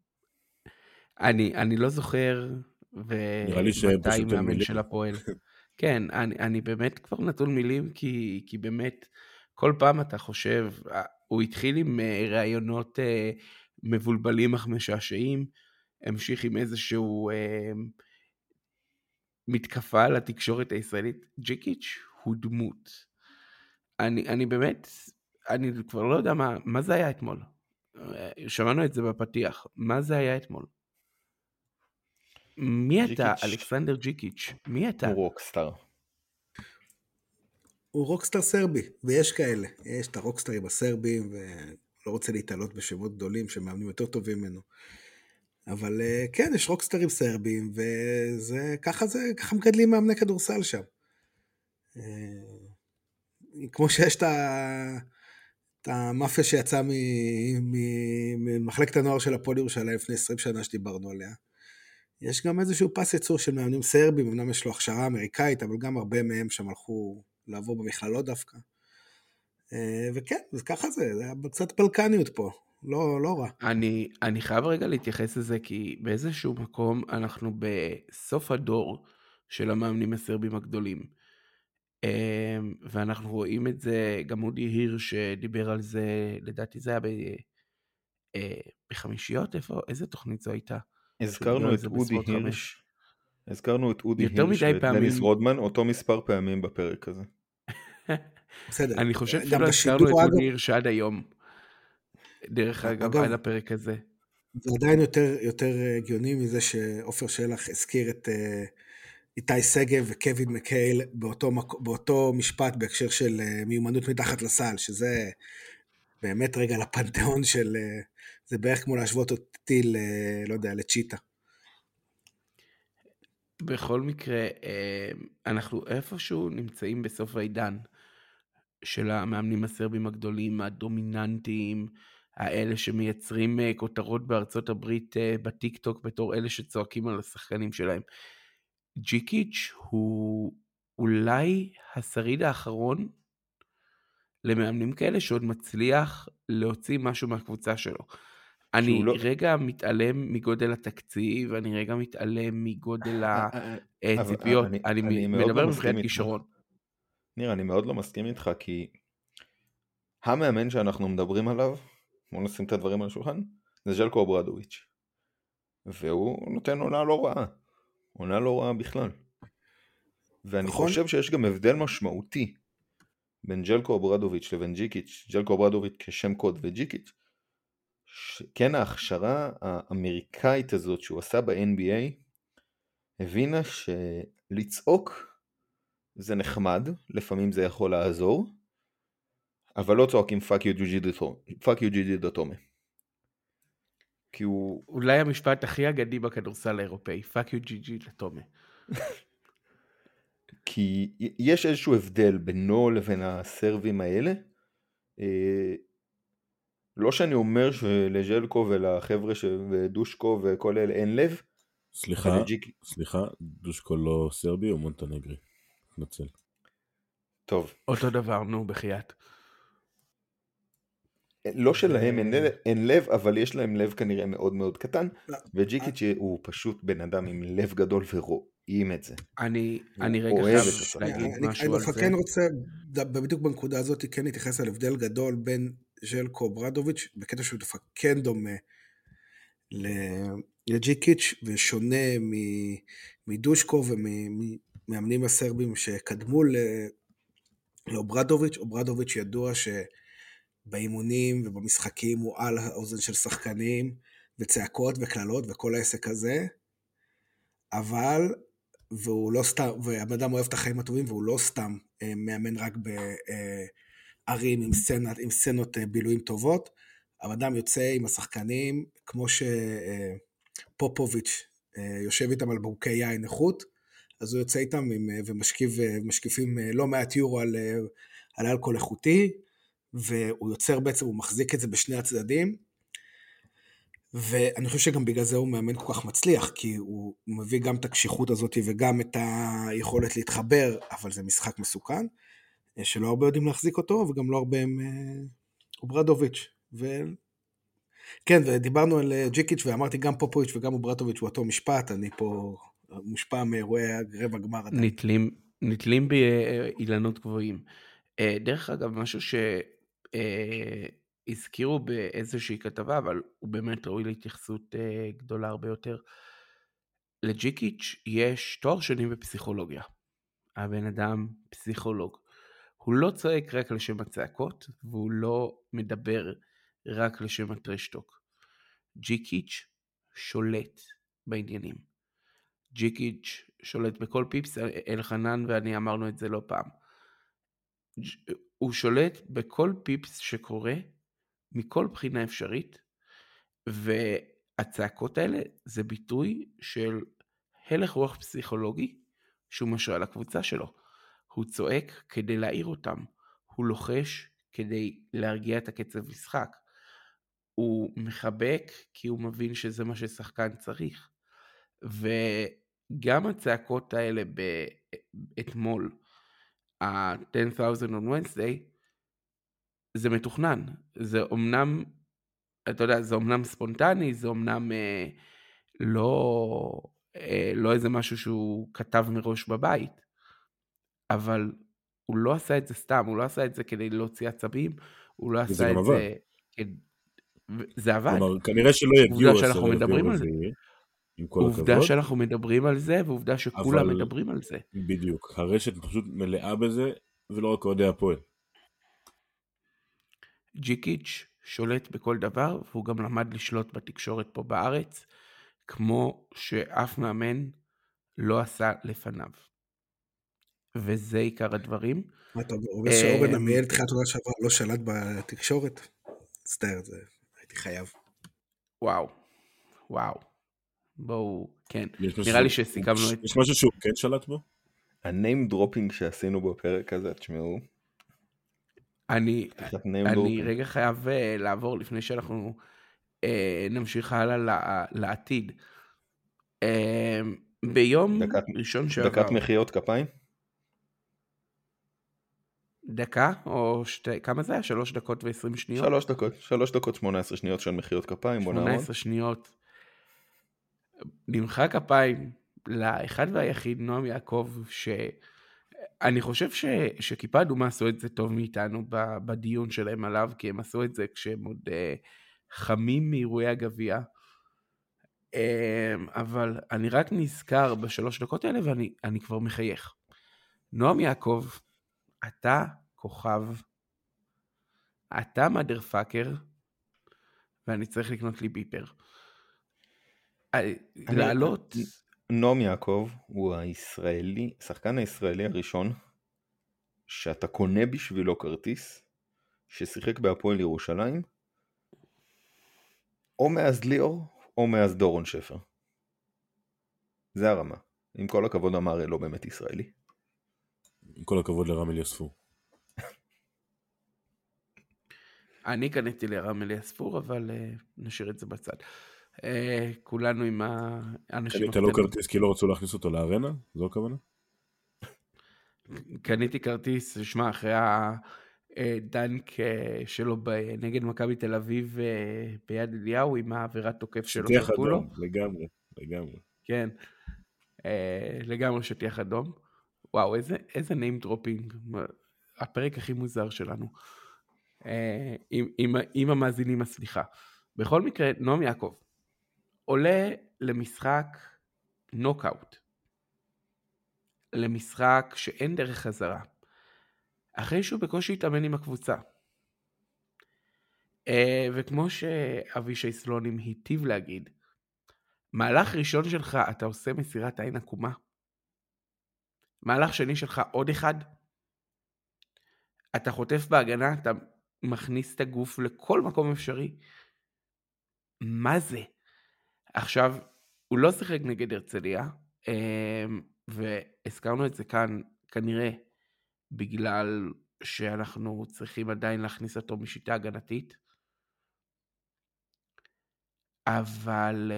אני לא זוכר, ומתי מאמן של הפועל. כן, אני באמת כבר נטול מילים, כי באמת, כל פעם אתה חושב, הוא התחיל עם רעיונות מבולבלים אך משעשעים, המשיך עם איזשהו מתקפה על התקשורת הישראלית. ג'יקיץ' הוא דמות. אני באמת, אני כבר לא יודע מה זה היה אתמול. שמענו את זה בפתיח. מה זה היה אתמול? מי אתה, אלכסנדר ג'יקיץ'? מי אתה? הוא רוקסטאר. הוא רוקסטאר סרבי, ויש כאלה. יש את הרוקסטרים הסרבים, ולא רוצה להתעלות בשמות גדולים שמאמנים יותר טובים ממנו. אבל כן, יש רוקסטרים סרבים, ככה מגדלים מאמני כדורסל שם. כמו שיש את המאפיה שיצאה ממחלקת הנוער של הפועל ירושלים לפני 20 שנה שדיברנו עליה. יש גם איזשהו פס ייצור של מאמנים סרבים, אמנם יש לו הכשרה אמריקאית, אבל גם הרבה מהם שם הלכו לעבור במכללות דווקא. וכן, אז ככה זה היה קצת בלקניות פה, לא רע. אני חייב רגע להתייחס לזה, כי באיזשהו מקום אנחנו בסוף הדור של המאמנים הסרבים הגדולים. ואנחנו רואים את זה, גם אודי הירש דיבר על זה, לדעתי זה היה בחמישיות, איזה תוכנית זו הייתה? הזכרנו את אודי הירש, ואת דניס רודמן, אותו מספר פעמים בפרק הזה. בסדר. אני חושב שלא הזכרנו את אודי הירש עד היום, דרך אגב, עד הפרק הזה. זה עדיין יותר הגיוני מזה שאופר שלח הזכיר את איתי סגב וקווין מקייל באותו משפט בהקשר של מיומנות מתחת לסל, שזה באמת רגע לפנתיאון של, זה בערך כמו להשוות אותי לא יודע, לצ'יטה. בכל מקרה, אנחנו איפשהו נמצאים בסוף העידן של המאמנים הסרבים הגדולים, הדומיננטיים, האלה שמייצרים כותרות בארצות הברית בטיק טוק בתור אלה שצועקים על השחקנים שלהם. ג'יקיץ' הוא אולי השריד האחרון למאמנים כאלה שעוד מצליח להוציא משהו מהקבוצה שלו. אני רגע מתעלם מגודל התקציב, אני רגע מתעלם מגודל הציפיות, אני מדבר מבחינת כישרון. ניר, אני מאוד לא מסכים איתך, כי המאמן שאנחנו מדברים עליו, בוא נשים את הדברים על השולחן, זה ז'לקו אוברדוביץ'. והוא נותן עונה לא רעה בכלל. ואני חושב שיש גם הבדל משמעותי בין ז'לקו אוברדוביץ' לבין ג'יקיץ', ז'לקו אוברדוביץ' כשם קוד וג'יקיץ', כן ההכשרה האמריקאית הזאת שהוא עשה ב-NBA, הבינה שלצעוק זה נחמד, לפעמים זה יכול לעזור, אבל לא צועקים פאק יו ג'י דוטומה. כי הוא... אולי המשפט הכי אגדי בכדורסל האירופאי, פאק יו ג'י דוטומה. כי יש איזשהו הבדל בינו לבין הסרבים האלה. לא שאני אומר שלז'לקו ולחבר'ה ודושקו וכל אלה אין לב. סליחה, דושקו לא סרבי או מונטנגרי? נצל. טוב. אותו דבר, נו, בחייאת. לא שלהם אין לב, אבל יש להם לב כנראה מאוד מאוד קטן, וג'יקיץ' הוא פשוט בן אדם עם לב גדול ורואים את זה. אני רגע חייב להגיד משהו על זה. אני כן רוצה, בדיוק בנקודה הזאת, כן להתייחס על הבדל גדול בין ז'לקו אוברדוביץ', בקטע שהוא כן דומה לג'יקיץ', ושונה מדושקו ומאמנים הסרבים שקדמו לאוברדוביץ'. אוברדוביץ' ידוע שבאימונים ובמשחקים הוא על האוזן של שחקנים, וצעקות וכללות וכל העסק הזה, אבל, והוא לא סתם, והאדם אוהב את החיים הטובים, והוא לא סתם מאמן רק בערים עם סצנות בילויים טובות, האדם יוצא עם השחקנים, כמו שפופוביץ' יושב איתם על בקבוקי יין איכות, אז הוא יוצא איתם ומשקיפים לא מעט יורו על אלכוהול איכותי, והוא יוצר בעצם, הוא מחזיק את זה בשני הצדדים, ואני חושב שגם בגלל זה הוא מאמן כל כך מצליח, כי הוא מביא גם את הקשיחות הזאת וגם את היכולת להתחבר, אבל זה משחק מסוכן, שלא הרבה יודעים להחזיק אותו, וגם לא הרבה עם אוברדוביץ'. כן, ודיברנו על ג'יקיץ' ואמרתי גם פופוביץ' וגם אוברדוביץ' הוא אותו משפט, אני פה מושפע מאירועי רבע גמר. נתלים באילנות גבוהים. דרך אגב, משהו הזכירו באיזושהי כתבה, אבל הוא באמת ראוי להתייחסות גדולה הרבה יותר. לג'יקיץ' יש תואר שני בפסיכולוגיה. הבן אדם פסיכולוג. הוא לא צועק רק לשם הצעקות, והוא לא מדבר רק לשם הטרשטוק. ג'יקיץ' שולט בעניינים. ג'יקיץ' שולט בכל פיפס, אלחנן ואני אמרנו את זה לא פעם. הוא שולט בכל פיפס שקורה, מכל בחינה אפשרית, והצעקות האלה זה ביטוי של הלך רוח פסיכולוגי שהוא משרה לקבוצה שלו. הוא צועק כדי להעיר אותם, הוא לוחש כדי להרגיע את הקצב משחק, הוא מחבק כי הוא מבין שזה מה ששחקן צריך. וגם הצעקות האלה אתמול, ה-10,000 on Wednesday, זה מתוכנן. זה אומנם, אתה יודע, זה אומנם ספונטני, זה אומנם לא איזה משהו שהוא כתב מראש בבית, אבל הוא לא עשה את זה סתם, הוא לא עשה את זה כדי להוציא עצבים, הוא לא עשה את זה... זה עבד. כלומר, כנראה שלא יגיעו עובדה שאנחנו מדברים על זה. עם כל עובדה הכבוד. שאנחנו מדברים על זה, ועובדה שכולם מדברים על זה. בדיוק, הרשת פשוט מלאה בזה, ולא רק אוהדי הפועל. ג'יקיץ' שולט בכל דבר, והוא גם למד לשלוט בתקשורת פה בארץ, כמו שאף מאמן לא עשה לפניו. וזה עיקר הדברים. מה אתה אומר שאורן עמיאל תחילת עונה שעברה לא שלט בתקשורת? סתר, זה הייתי חייב. וואו. בואו, כן. נראה לי שסיכמנו את... יש משהו שהוא כן שלט בו? הניים דרופינג שעשינו בפרק הזה, תשמעו. אני רגע חייב לעבור לפני שאנחנו נמשיך הלאה לעתיד. ביום ראשון שעבר... דקת מחיאות כפיים? דקה או כמה זה היה? 3 דקות ו20 שניות? 3 דקות 18 שניות של מחיאות כפיים. 18 שניות. נמחא כפיים לאחד והיחיד נועם יעקב, שאני חושב שכיפה אדומה עשו את זה טוב מאיתנו בדיון שלהם עליו, כי הם עשו את זה כשהם עוד חמים מאירועי הגביע, אבל אני רק נזכר ב3 דקות האלה ואני כבר מחייך. נועם יעקב, אתה כוכב, אתה מדרפאקר, ואני צריך לקנות לי ביפר. לעלות... נועם יעקב הוא השחקן הישראלי הראשון שאתה קונה בשבילו כרטיס, ששיחק בהפועל ירושלים, או מאז ליאור, או מאז דורון שפר. זה הרמה. עם כל הכבוד אמר לא באמת ישראלי. עם כל הכבוד לרם אליספור. אני קניתי לרם אליספור, אבל נשאיר את זה בצד. כולנו עם האנשים... קנית לו כרטיס כי לא רצו להכניס אותו לארנה? זו הכוונה? קניתי כרטיס, שמע, אחרי הדנק שלו נגד מכבי תל אביב ביד אליהו, עם העבירת תוקף שלו. שטיח אדום, לגמרי. כן, לגמרי שטיח אדום. וואו, איזה name dropping, הפרק הכי מוזר שלנו. עם המאזינים הסליחה. בכל מקרה, נועם יעקב עולה למשחק נוקאוט, למשחק שאין דרך חזרה, אחרי שהוא בקושי התאמן עם הקבוצה. וכמו שאבישי סלונים היטיב להגיד, מהלך ראשון שלך אתה עושה מסירת עין עקומה, מהלך שני שלך עוד אחד, אתה חוטף בהגנה, אתה מכניס את הגוף לכל מקום אפשרי. מה זה? עכשיו, הוא לא שיחק נגד הרצליה, והזכרנו את זה כאן כנראה בגלל שאנחנו צריכים עדיין להכניס אותו משיטה הגנתית, אבל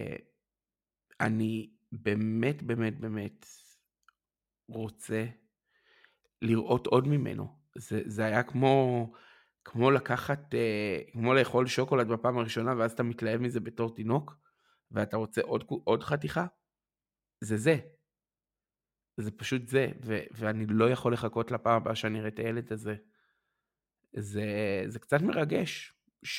אני באמת באמת באמת רוצה לראות עוד ממנו. זה היה כמו לקחת, כמו לאכול שוקולד בפעם הראשונה, ואז אתה מתלהב מזה בתור תינוק, ואתה רוצה עוד חתיכה. זה פשוט זה, ואני לא יכול לחכות לפעם הבאה שאני אראה את הילד הזה. זה קצת מרגש,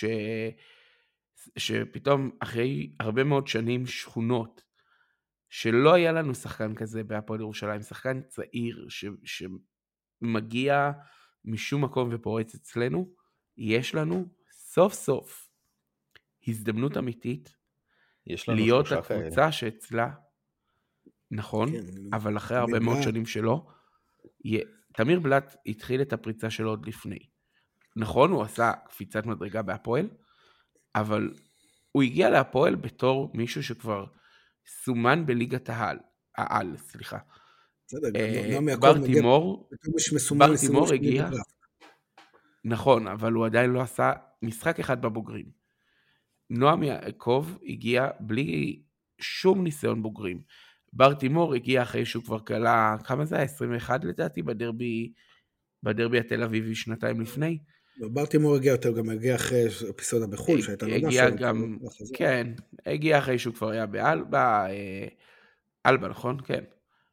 שפתאום אחרי הרבה מאוד שנים שכונות, שלא היה לנו שחקן כזה בהפועל ירושלים, שחקן צעיר שמגיע משום מקום ופורץ אצלנו, יש לנו סוף סוף הזדמנות אמיתית להיות הקבוצה שאצלה, נכון, אבל אחרי הרבה מאוד שנים שלו, תמיר בלאט התחיל את הפריצה שלו עוד לפני. נכון, הוא עשה קפיצת מדרגה בהפועל, אבל הוא הגיע להפועל בתור מישהו שכבר סומן בליגת העל, סליחה. בסדר, גם נועם יעקב בר מגיע תימור, בתור מישהו מסומן בר לסיבוב תימור שני הגיע, בדראפט. נכון, אבל הוא עדיין לא עשה משחק אחד בבוגרים. נועם יעקב הגיע בלי שום ניסיון בוגרים. בר תימור הגיע אחרי שהוא כבר קלה, כמה זה היה? 21 לדעתי, בדרבי התל אביבי שנתיים לפני. בר תימור הגיע יותר, גם הגיע אחרי אפיסודה בחול, שהייתה לא הגיע משהו. גם, כן, הגיע אחרי שהוא כבר היה באלבה, אלבה, נכון? כן.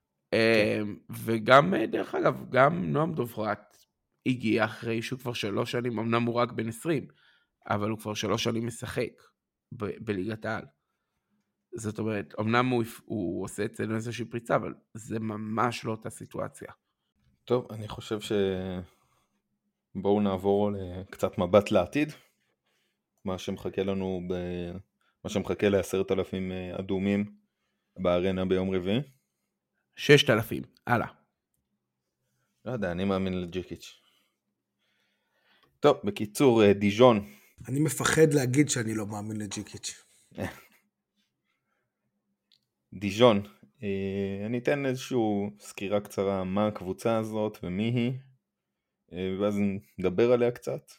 וגם, דרך אגב, גם נועם דוברת הגיע אחרי שהוא כבר 3 שנים, אמנם הוא רק בן 20, אבל הוא כבר 3 שנים משחק בליגת העל. זאת אומרת, אמנם הוא עושה אצלנו איזושהי פריצה, אבל זה ממש לא אותה סיטואציה. טוב, אני חושב בואו נעבור קצת מבט לעתיד. מה שמחכה לנו, מה שמחכה ל10,000 אדומים בארנה ביום רביעי. 6,000, הלאה. לא יודע, אני מאמין לג'יקיץ'. טוב, בקיצור, דיז'ון. אני מפחד להגיד שאני לא מאמין לג'יקיץ'. דיז'ון, אני אתן איזושהי סקירה קצרה מה הקבוצה הזאת ומי היא, ואז נדבר עליה קצת.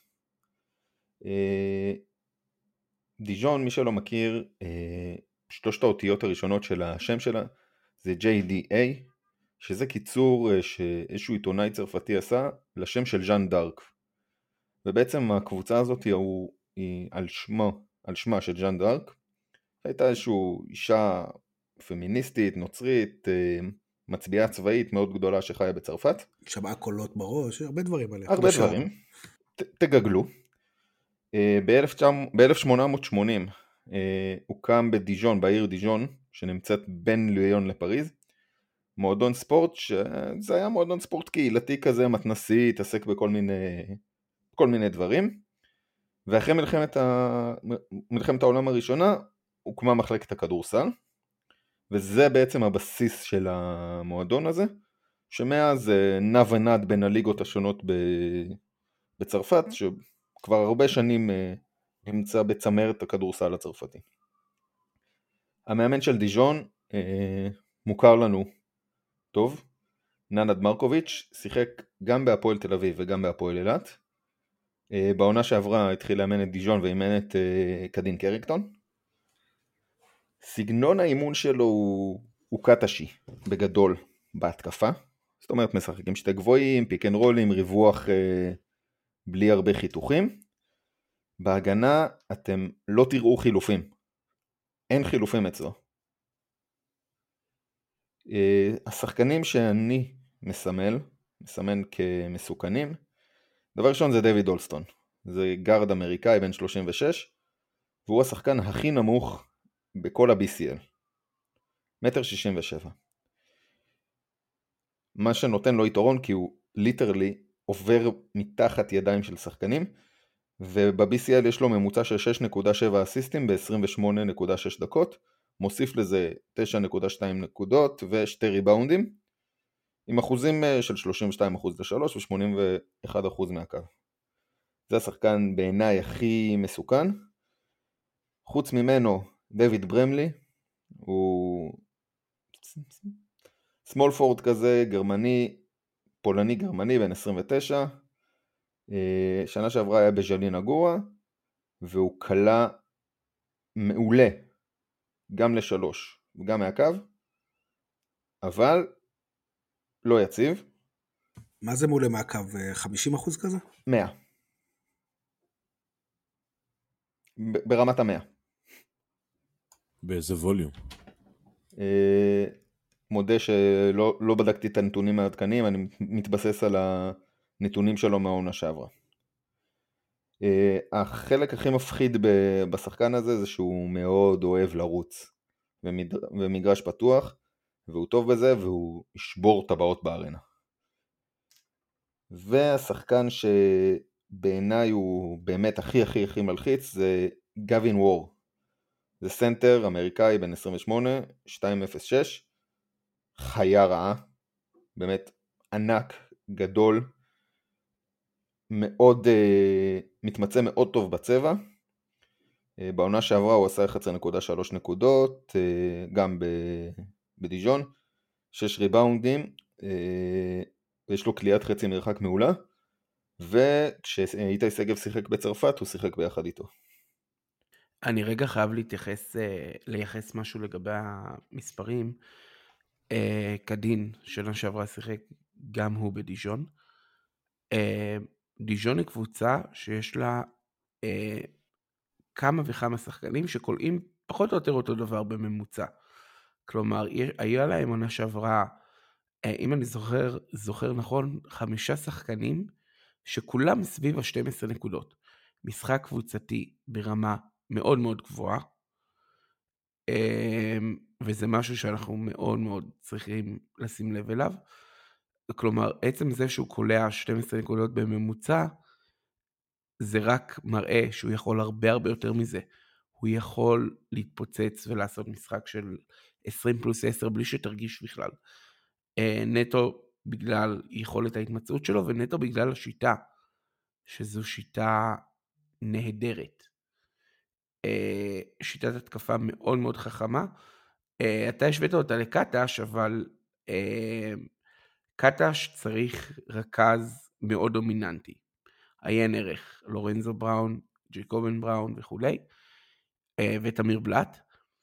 דיז'ון, מי שלא מכיר, 3 האותיות הראשונות של השם שלה זה JDA, שזה קיצור שאיזשהו עיתונאי צרפתי עשה לשם של ז'אן דארק. ובעצם הקבוצה הזאת היא על שמה של ז'אן דארק. הייתה איזושהי אישה פמיניסטית, נוצרית, מצביעה צבאית מאוד גדולה שחיה בצרפת. שמעה קולות בראש, הרבה דברים עליה. הרבה דברים. תגגלו. ב-1880 הוקם בדיז'ון, בעיר דיז'ון, שנמצאת בין ליון לפריז, מועדון ספורט, שזה היה מועדון ספורט קהילתי כזה, מתנסי, התעסק בכל מיני דברים, ואחרי מלחמת העולם הראשונה, הוקמה מחלקת הכדורסל, וזה בעצם הבסיס של המועדון הזה, שמאז נע ונד בין הליגות השונות בצרפת, שכבר הרבה שנים נמצא בצמרת הכדורסל הצרפתי. המאמן של דיז'ון מוכר לנו טוב, ננד מרקוביץ', שיחק גם בהפועל תל אביב וגם בהפועל אילת. בעונה שעברה התחיל לאמן את דיז'ון ואימן את קדין קרינגטון. סגנון האימון שלו הוא קטשי, בגדול, בהתקפה. זאת אומרת, משחקים שתי גבוהים, פיק אנד רולים, ריווח בלי הרבה חיתוכים. בהגנה אתם לא תראו חילופים. אין חילופים אצלו. השחקנים שאני מסמן כמסוכנים, דבר ראשון זה דיוויד אולסטון. זה גארד אמריקאי בן 36, והוא השחקן הכי נמוך בכל ה-BCL. 1.67 מטר. מה שנותן לו יתרון כי הוא ליטרלי עובר מתחת ידיים של שחקנים, וב-BCL יש לו ממוצע של 6.7 אסיסטים ב-28.6 דקות, מוסיף לזה 9.2 נקודות ו2 ריבאונדים, עם אחוזים של 32% ל-3 ו-81% מהקו. זה השחקן בעיניי הכי מסוכן. חוץ ממנו, דויד ברמלי, הוא סמול פורד כזה, פולני גרמני, בן 29, שנה שעברה היה בז'לין אגורה, והוא קלה מעולה, גם ל3 וגם מהקו, אבל לא יציב. מה זה מעולה מהקו? 50% כזה? 100. ברמת 100. באיזה ווליום? מודה שלא בדקתי את הנתונים העדכניים, אני מתבסס על הנתונים שלו מהעונה שעברה. החלק הכי מפחיד בשחקן הזה זה שהוא מאוד אוהב לרוץ ומגרש פתוח, והוא טוב בזה והוא ישבור טבעות בארנה. והשחקן שבעיניי הוא באמת הכי מלחיץ זה גווין וור. זה סנטר אמריקאי בן 28, 2.06, חיה רעה, באמת ענק, גדול, מאוד, מתמצא מאוד טוב בצבע. בעונה שעברה הוא עשה 11.3 נקודות, גם בדיז'ון, 6 ריבאונדים, ויש לו קליעת חצי מרחק מעולה, וכשאיתי שגב שיחק בצרפת הוא שיחק ביחד איתו. אני רגע חייב לייחס משהו לגבי המספרים. קדין, שנה שעברה שיחק גם הוא בדיז'ון. דיז'ון היא קבוצה שיש לה כמה וכמה שחקנים שקולעים פחות או יותר אותו דבר בממוצע. כלומר, היה להם עונה שעברה, אם אני זוכר נכון, 5 שחקנים שכולם סביב ה-12 נקודות. משחק קבוצתי ברמה מאוד מאוד גבוהה, וזה משהו שאנחנו מאוד מאוד צריכים לשים לב אליו. כלומר, עצם זה שהוא קולע 12 נקודות בממוצע, זה רק מראה שהוא יכול הרבה הרבה יותר מזה. הוא יכול להתפוצץ ולעשות משחק של 20+10 בלי שתרגיש בכלל. נטו בגלל יכולת ההתמצאות שלו, ונטו בגלל השיטה, שזו שיטה נהדרת. שיטת התקפה מאוד מאוד חכמה. אתה השווית אותה לקטש, אבל קטש צריך רכז מאוד דומיננטי. עיין ערך, לורנזו בראון, ג'ייקובן בראון וכולי, ותמיר בלט.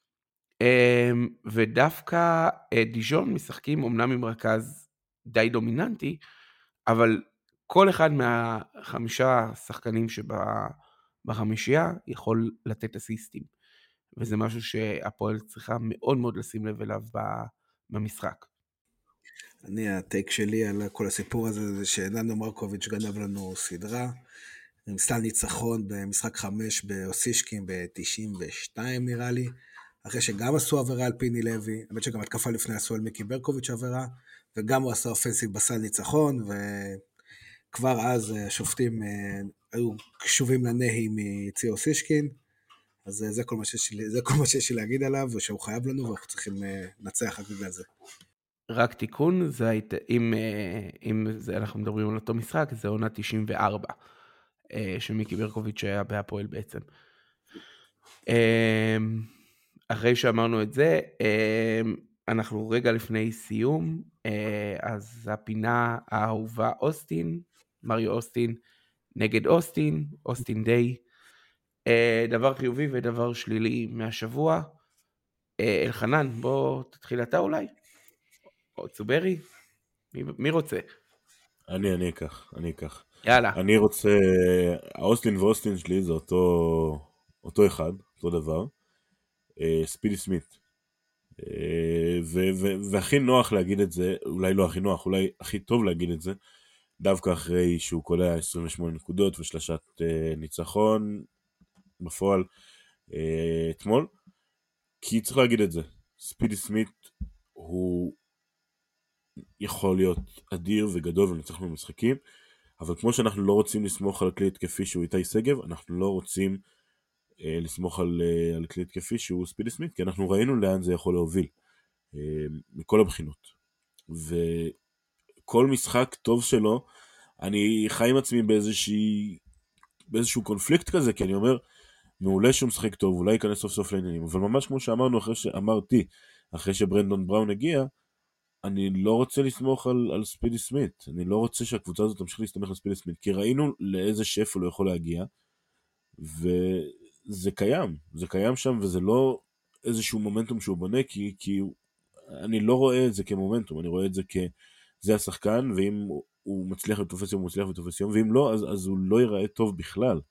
ודווקא דיז'ון משחקים אומנם עם רכז די דומיננטי, אבל כל אחד מה5 שחקנים שבחמישייה יכול לתת אסיסטים, וזה משהו שהפועל צריכה מאוד מאוד לשים לב אליו במשחק. הטייק שלי על כל הסיפור הזה זה שננו מרקוביץ' גנב לנו סדרה, עם סל ניצחון במשחק 5 באוסישקין ב-92 נראה לי, אחרי שגם עשו עבירה על פיני לוי, האמת שגם התקפה לפני עשו על מיקי ברקוביץ' עבירה, וגם הוא עשה אופנסיב בסל ניצחון, וכבר אז השופטים היו קשובים לנהי מציע אוסישקין, אז זה כל מה שיש לי להגיד עליו, ושהוא חייב לנו, ואנחנו צריכים לנצח רק בגלל זה. רק תיקון, אם אנחנו מדברים על אותו משחק, זה עונה 94, שמיקי ברקוביץ' היה בהפועל בעצם. אחרי שאמרנו את זה, אנחנו רגע לפני סיום, אז הפינה האהובה אוסטין, מריו אוסטין נגד אוסטין, אוסטין דיי, דבר חיובי ודבר שלילי מהשבוע. אלחנן, בוא תתחיל אתה אולי, או צוברי, מי רוצה? אני אקח. יאללה. אני רוצה, האוסטין ואוסטין שלי זה אותו אחד, אותו דבר, ספידי סמית. והכי נוח להגיד את זה, אולי לא הכי נוח, אולי הכי טוב להגיד את זה, דווקא אחרי שהוא קולע 28 נקודות ושלשת ניצחון בפועל אתמול, כי צריך להגיד את זה, ספידי סמית הוא יכול להיות אדיר וגדול ונצח במשחקים, אבל כמו שאנחנו לא רוצים לסמוך על כלי התקפי שהוא איתי שגב, אנחנו לא רוצים לסמוך על כלי התקפי שהוא ספידי סמית, כי אנחנו ראינו לאן זה יכול להוביל, מכל הבחינות. וכל משחק טוב שלו, אני חי עם עצמי באיזשהו קונפליקט כזה, כי אני אומר, מעולה שהוא משחק טוב, אולי ייכנס סוף סוף לעניינים, אבל ממש כמו שאמרנו, אחרי שברנדון בראון הגיע, אני לא רוצה לסמוך על ספידי סמית, אני לא רוצה שהקבוצה הזאת תמשיך להסתמך על ספידי סמית, כי ראינו לאיזה שפל הוא יכול להגיע, וזה קיים שם, וזה לא איזשהו מומנטום שהוא בונה, כי אני לא רואה את זה כמומנטום, אני רואה את זה זה השחקן, ואם הוא מצליח לתופס יום, הוא מצליח לתופס יום, ואם לא, אז הוא לא ייראה טוב בכלל.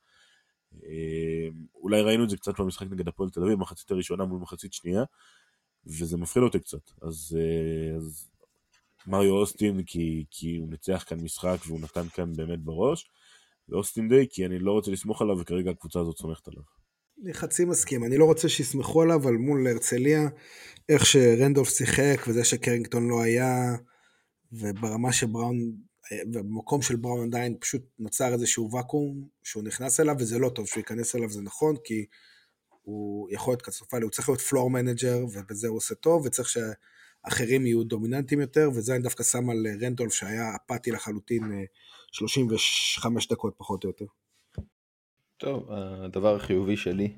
אולי ראינו את זה קצת במשחק נגד הפועל תל אביב, מחצית הראשונה מול מחצית שנייה, וזה מפחיד אותי קצת. אז מריו אוסטין, כי הוא ניצח כאן משחק, והוא נתן כאן באמת בראש, ואוסטין די, כי אני לא רוצה לסמוך עליו, וכרגע הקבוצה הזאת סומכת עליו. אני חצי מסכים, אני לא רוצה שיסמכו עליו, אבל מול הרצליה, איך שרנדולף שיחק, וזה שקרינגטון לא היה, וברמה שבראון, ובמקום של בראון עדיין פשוט נוצר איזשהו וקום, שהוא נכנס אליו, וזה לא טוב שהוא ייכנס אליו, זה נכון, כי הוא יכול להיות קטסטרופלי, הוא צריך להיות פלור מנג'ר, ובזה הוא עושה טוב, וצריך אחרים יהיו דומיננטיים יותר, וזה אני דווקא שם על רנדולף שהיה אפאתי לחלוטין 35 דקות פחות או יותר. טוב, הדבר החיובי שלי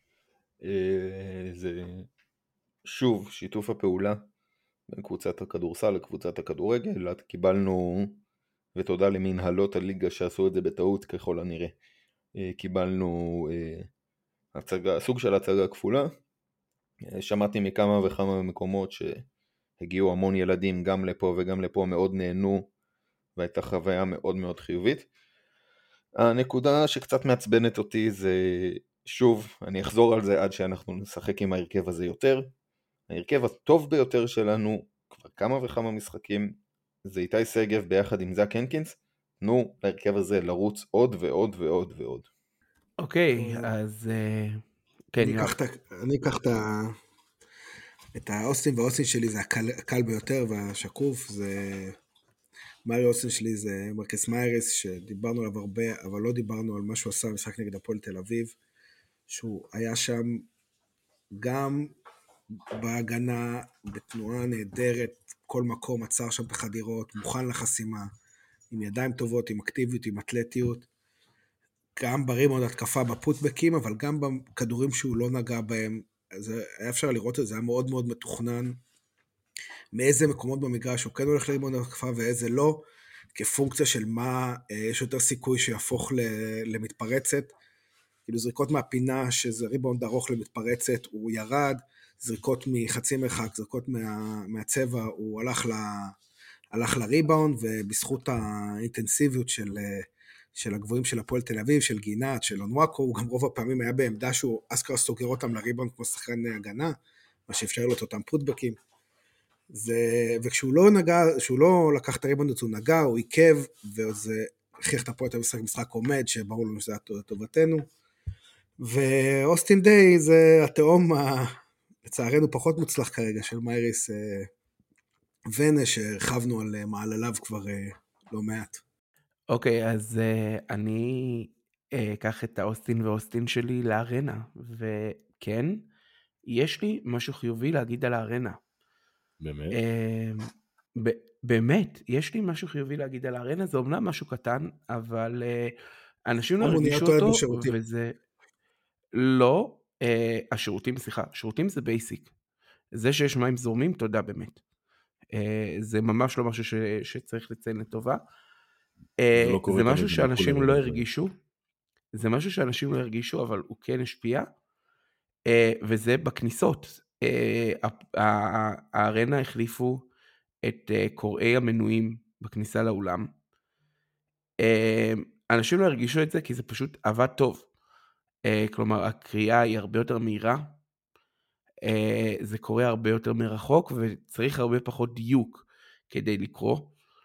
זה שוב שיתוף הפעולה בין קבוצת הכדורסל לקבוצת הכדורגל. קיבלנו, ותודה למנהלות הליגה שעשו את זה בטעות ככל הנראה, קיבלנו סוג של הצגה כפולה. שמעתי מכמה וכמה מקומות שהגיעו המון ילדים גם לפה וגם לפה, מאוד נהנו והייתה חוויה מאוד מאוד חיובית. הנקודה שקצת מעצבנת אותי זה, שוב, אני אחזור על זה עד שאנחנו נשחק עם ההרכב הזה יותר. ההרכב הטוב ביותר שלנו כבר כמה וכמה משחקים זה איתי סגב ביחד עם זק הנקינס. תנו להרכב הזה לרוץ עוד ועוד ועוד ועוד. אוקיי, אז כן, אני אקח את האוסטין, והאוסטין שלי זה הקל ביותר והשקוף, זה מארי אוסטין שלי זה מרקס מיירס, שדיברנו עליו הרבה, אבל לא דיברנו על מה שהוא עשה במשחק נגד הפועל תל אביב, שהוא היה שם גם בהגנה, בתנועה נהדרת, כל מקום עצר שם בחדירות, מוכן לחסימה, עם ידיים טובות, עם אקטיביות, עם אתלטיות, גם בריבאונד התקפה בפוטבקים, אבל גם בכדורים שהוא לא נגע בהם, אז היה אפשר לראות את זה, היה מאוד מאוד מתוכנן, מאיזה מקומות במגרש הוא כן הולך לריבאונד התקפה ואיזה לא, כפונקציה של מה יש יותר סיכוי שיהפוך למתפרצת, כאילו זריקות מהפינה, שזה ריבאונד ארוך למתפרצת, הוא ירד, זריקות מחצי מרחק, זריקות מהצבע, הוא הלך לריבאונד, ובזכות האינטנסיביות של הגבוהים של הפועל תל אביב, של גינת, של אונוואקו, הוא גם רוב הפעמים היה בעמדה שהוא אסקר סוגר אותם לריבאונד כמו שחקן הגנה, מה שאפשר לו את אותם פוטבקים, וכשהוא לא נגע, כשהוא לא לקח את הריבאונד, הוא נגע, הוא עיכב, וזה הכריח את הפועל תל אביב משחק עומד, שברור לנו שזה טובתנו, ואוסטין דיי זה התאום לצערנו פחות מוצלח כרגע של מייריס ונה, שרחבנו על מעלליו כבר לא מעט. אוקיי, אז אני אקח את האוסטין ואוסטין שלי לארנה, וכן, יש לי משהו חיובי להגיד על הארנה. באמת? באמת, יש לי משהו חיובי להגיד על הארנה, זה אומנם משהו קטן, אבל אנשים לא הרגישו אותו, וזה לא, שירותים זה בייסיק. זה שיש מים זורמים, תודה באמת. זה ממש לא משהו שצריך לציין לטובה. זה משהו שאנשים לא הרגישו, אבל הוא כן השפיע, וזה בכניסות. הארנה החליפו את קוראי המנויים בכניסה לאולם. אנשים לא הרגישו את זה כי זה פשוט עבד טוב. כלומר, הקריאה היא הרבה יותר מהירה, זה קורה הרבה יותר מרחוק, וצריך הרבה פחות דיוק כדי לקרוא,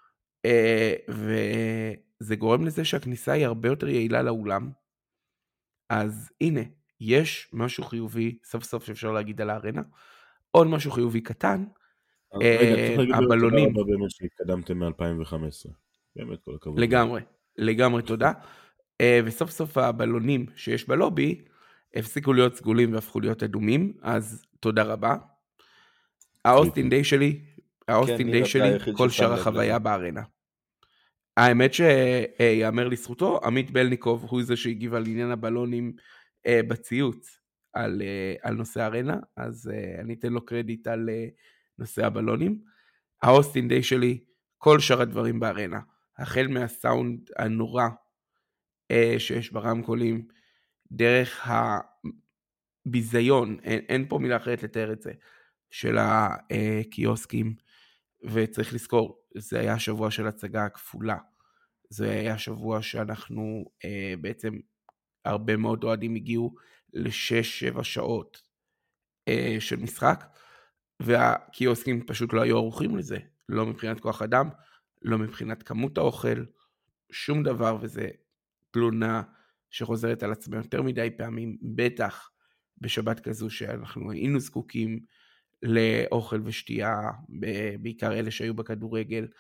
וזה גורם לזה שהכניסה היא הרבה יותר יעילה לאולם. אז הנה, יש משהו חיובי, סוף סוף שאפשר להגיד על הארנה. עוד משהו חיובי קטן, הבלונים. תודה רבה באמת שהתקדמתם מ-2015. באמת כל הכבוד. לגמרי תודה. וסוף סוף הבלונים שיש בלובי, הפסיקו להיות סגולים והפכו להיות אדומים, אז תודה רבה. האוסטין דיי שלי, כל שאר החוויה בארנה. האמת שיאמר לזכותו, עמית בלניקוב הוא זה שהגיב על עניין הבלונים בציוץ על נושא הארנה, אז אני אתן לו קרדיט על נושא הבלונים. האוסטין דיי שלי, כל שאר הדברים בארנה, החל מהסאונד הנורא שיש ברמקולים, דרך הביזיון, אין פה מילה אחרת לתאר את זה, של הקיוסקים, וצריך לזכור, זה היה שבוע של הצגה כפולה, זה היה שבוע שאנחנו בעצם, הרבה מאוד אוהדים הגיעו ל6-7 שעות של משחק, והקיוסקים פשוט לא היו ערוכים לזה, לא מבחינת כוח אדם, לא מבחינת כמות האוכל, שום דבר, וזה תלונה שחוזרת על עצמה יותר מדי פעמים, בטח בשבת כזו שאנחנו היינו זקוקים לאוכל ושתייה, בעיקר אלה שהיו בכדורגל.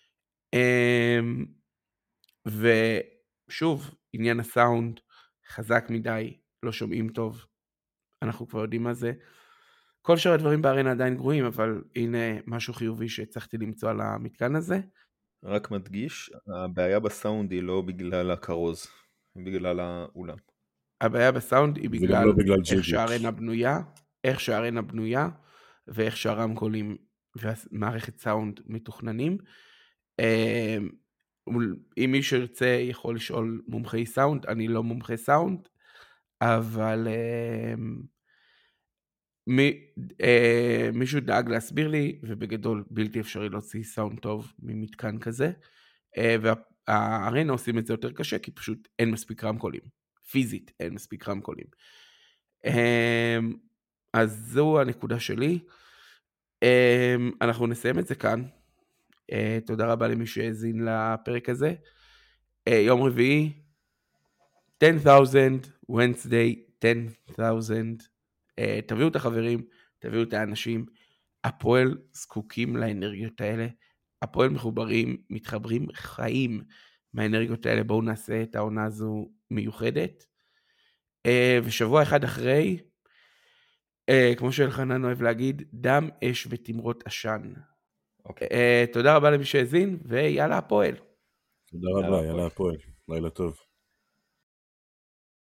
ושוב, עניין הסאונד חזק מדי, לא שומעים טוב, אנחנו כבר יודעים מה זה. כל שאר הדברים בארנה עדיין גרועים, אבל הנה משהו חיובי שהצלחתי למצוא על המתקן הזה. רק מדגיש, הבעיה בסאונד היא לא בגלל הכרוז, היא בגלל האולם. הבעיה בסאונד היא וגם בגלל לא בגלל איך ג'יג'יץ'. איך שהארנה בנויה, ואיך שהרמקולים והמערכת סאונד מתוכננים. אם מישהו ירצה יכול לשאול מומחי סאונד, אני לא מומחה סאונד, אבל מישהו דאג להסביר לי, ובגדול בלתי אפשרי להוציא סאונד טוב ממתקן כזה, והארנה עושים את זה יותר קשה, כי פשוט אין מספיק רמקולים, פיזית אין מספיק רמקולים. אז זו הנקודה שלי, אנחנו נסיים את זה כאן, תודה רבה למי שהאזין לפרק הזה, יום רביעי, 10,000, Wednesday, 10,000, תביאו את החברים, תביאו את האנשים, הפועל זקוקים לאנרגיות האלה, הפועל מתחברים חיים מהאנרגיות האלה, בואו נעשה את העונה הזו מיוחדת, ושבוע אחד אחרי, כמו שאלחנן אוהב להגיד, דם, אש ותמרות עשן. תודה רבה למי שהאזין, ויאללה הפועל. תודה רבה, יאללה הפועל, לילה טוב.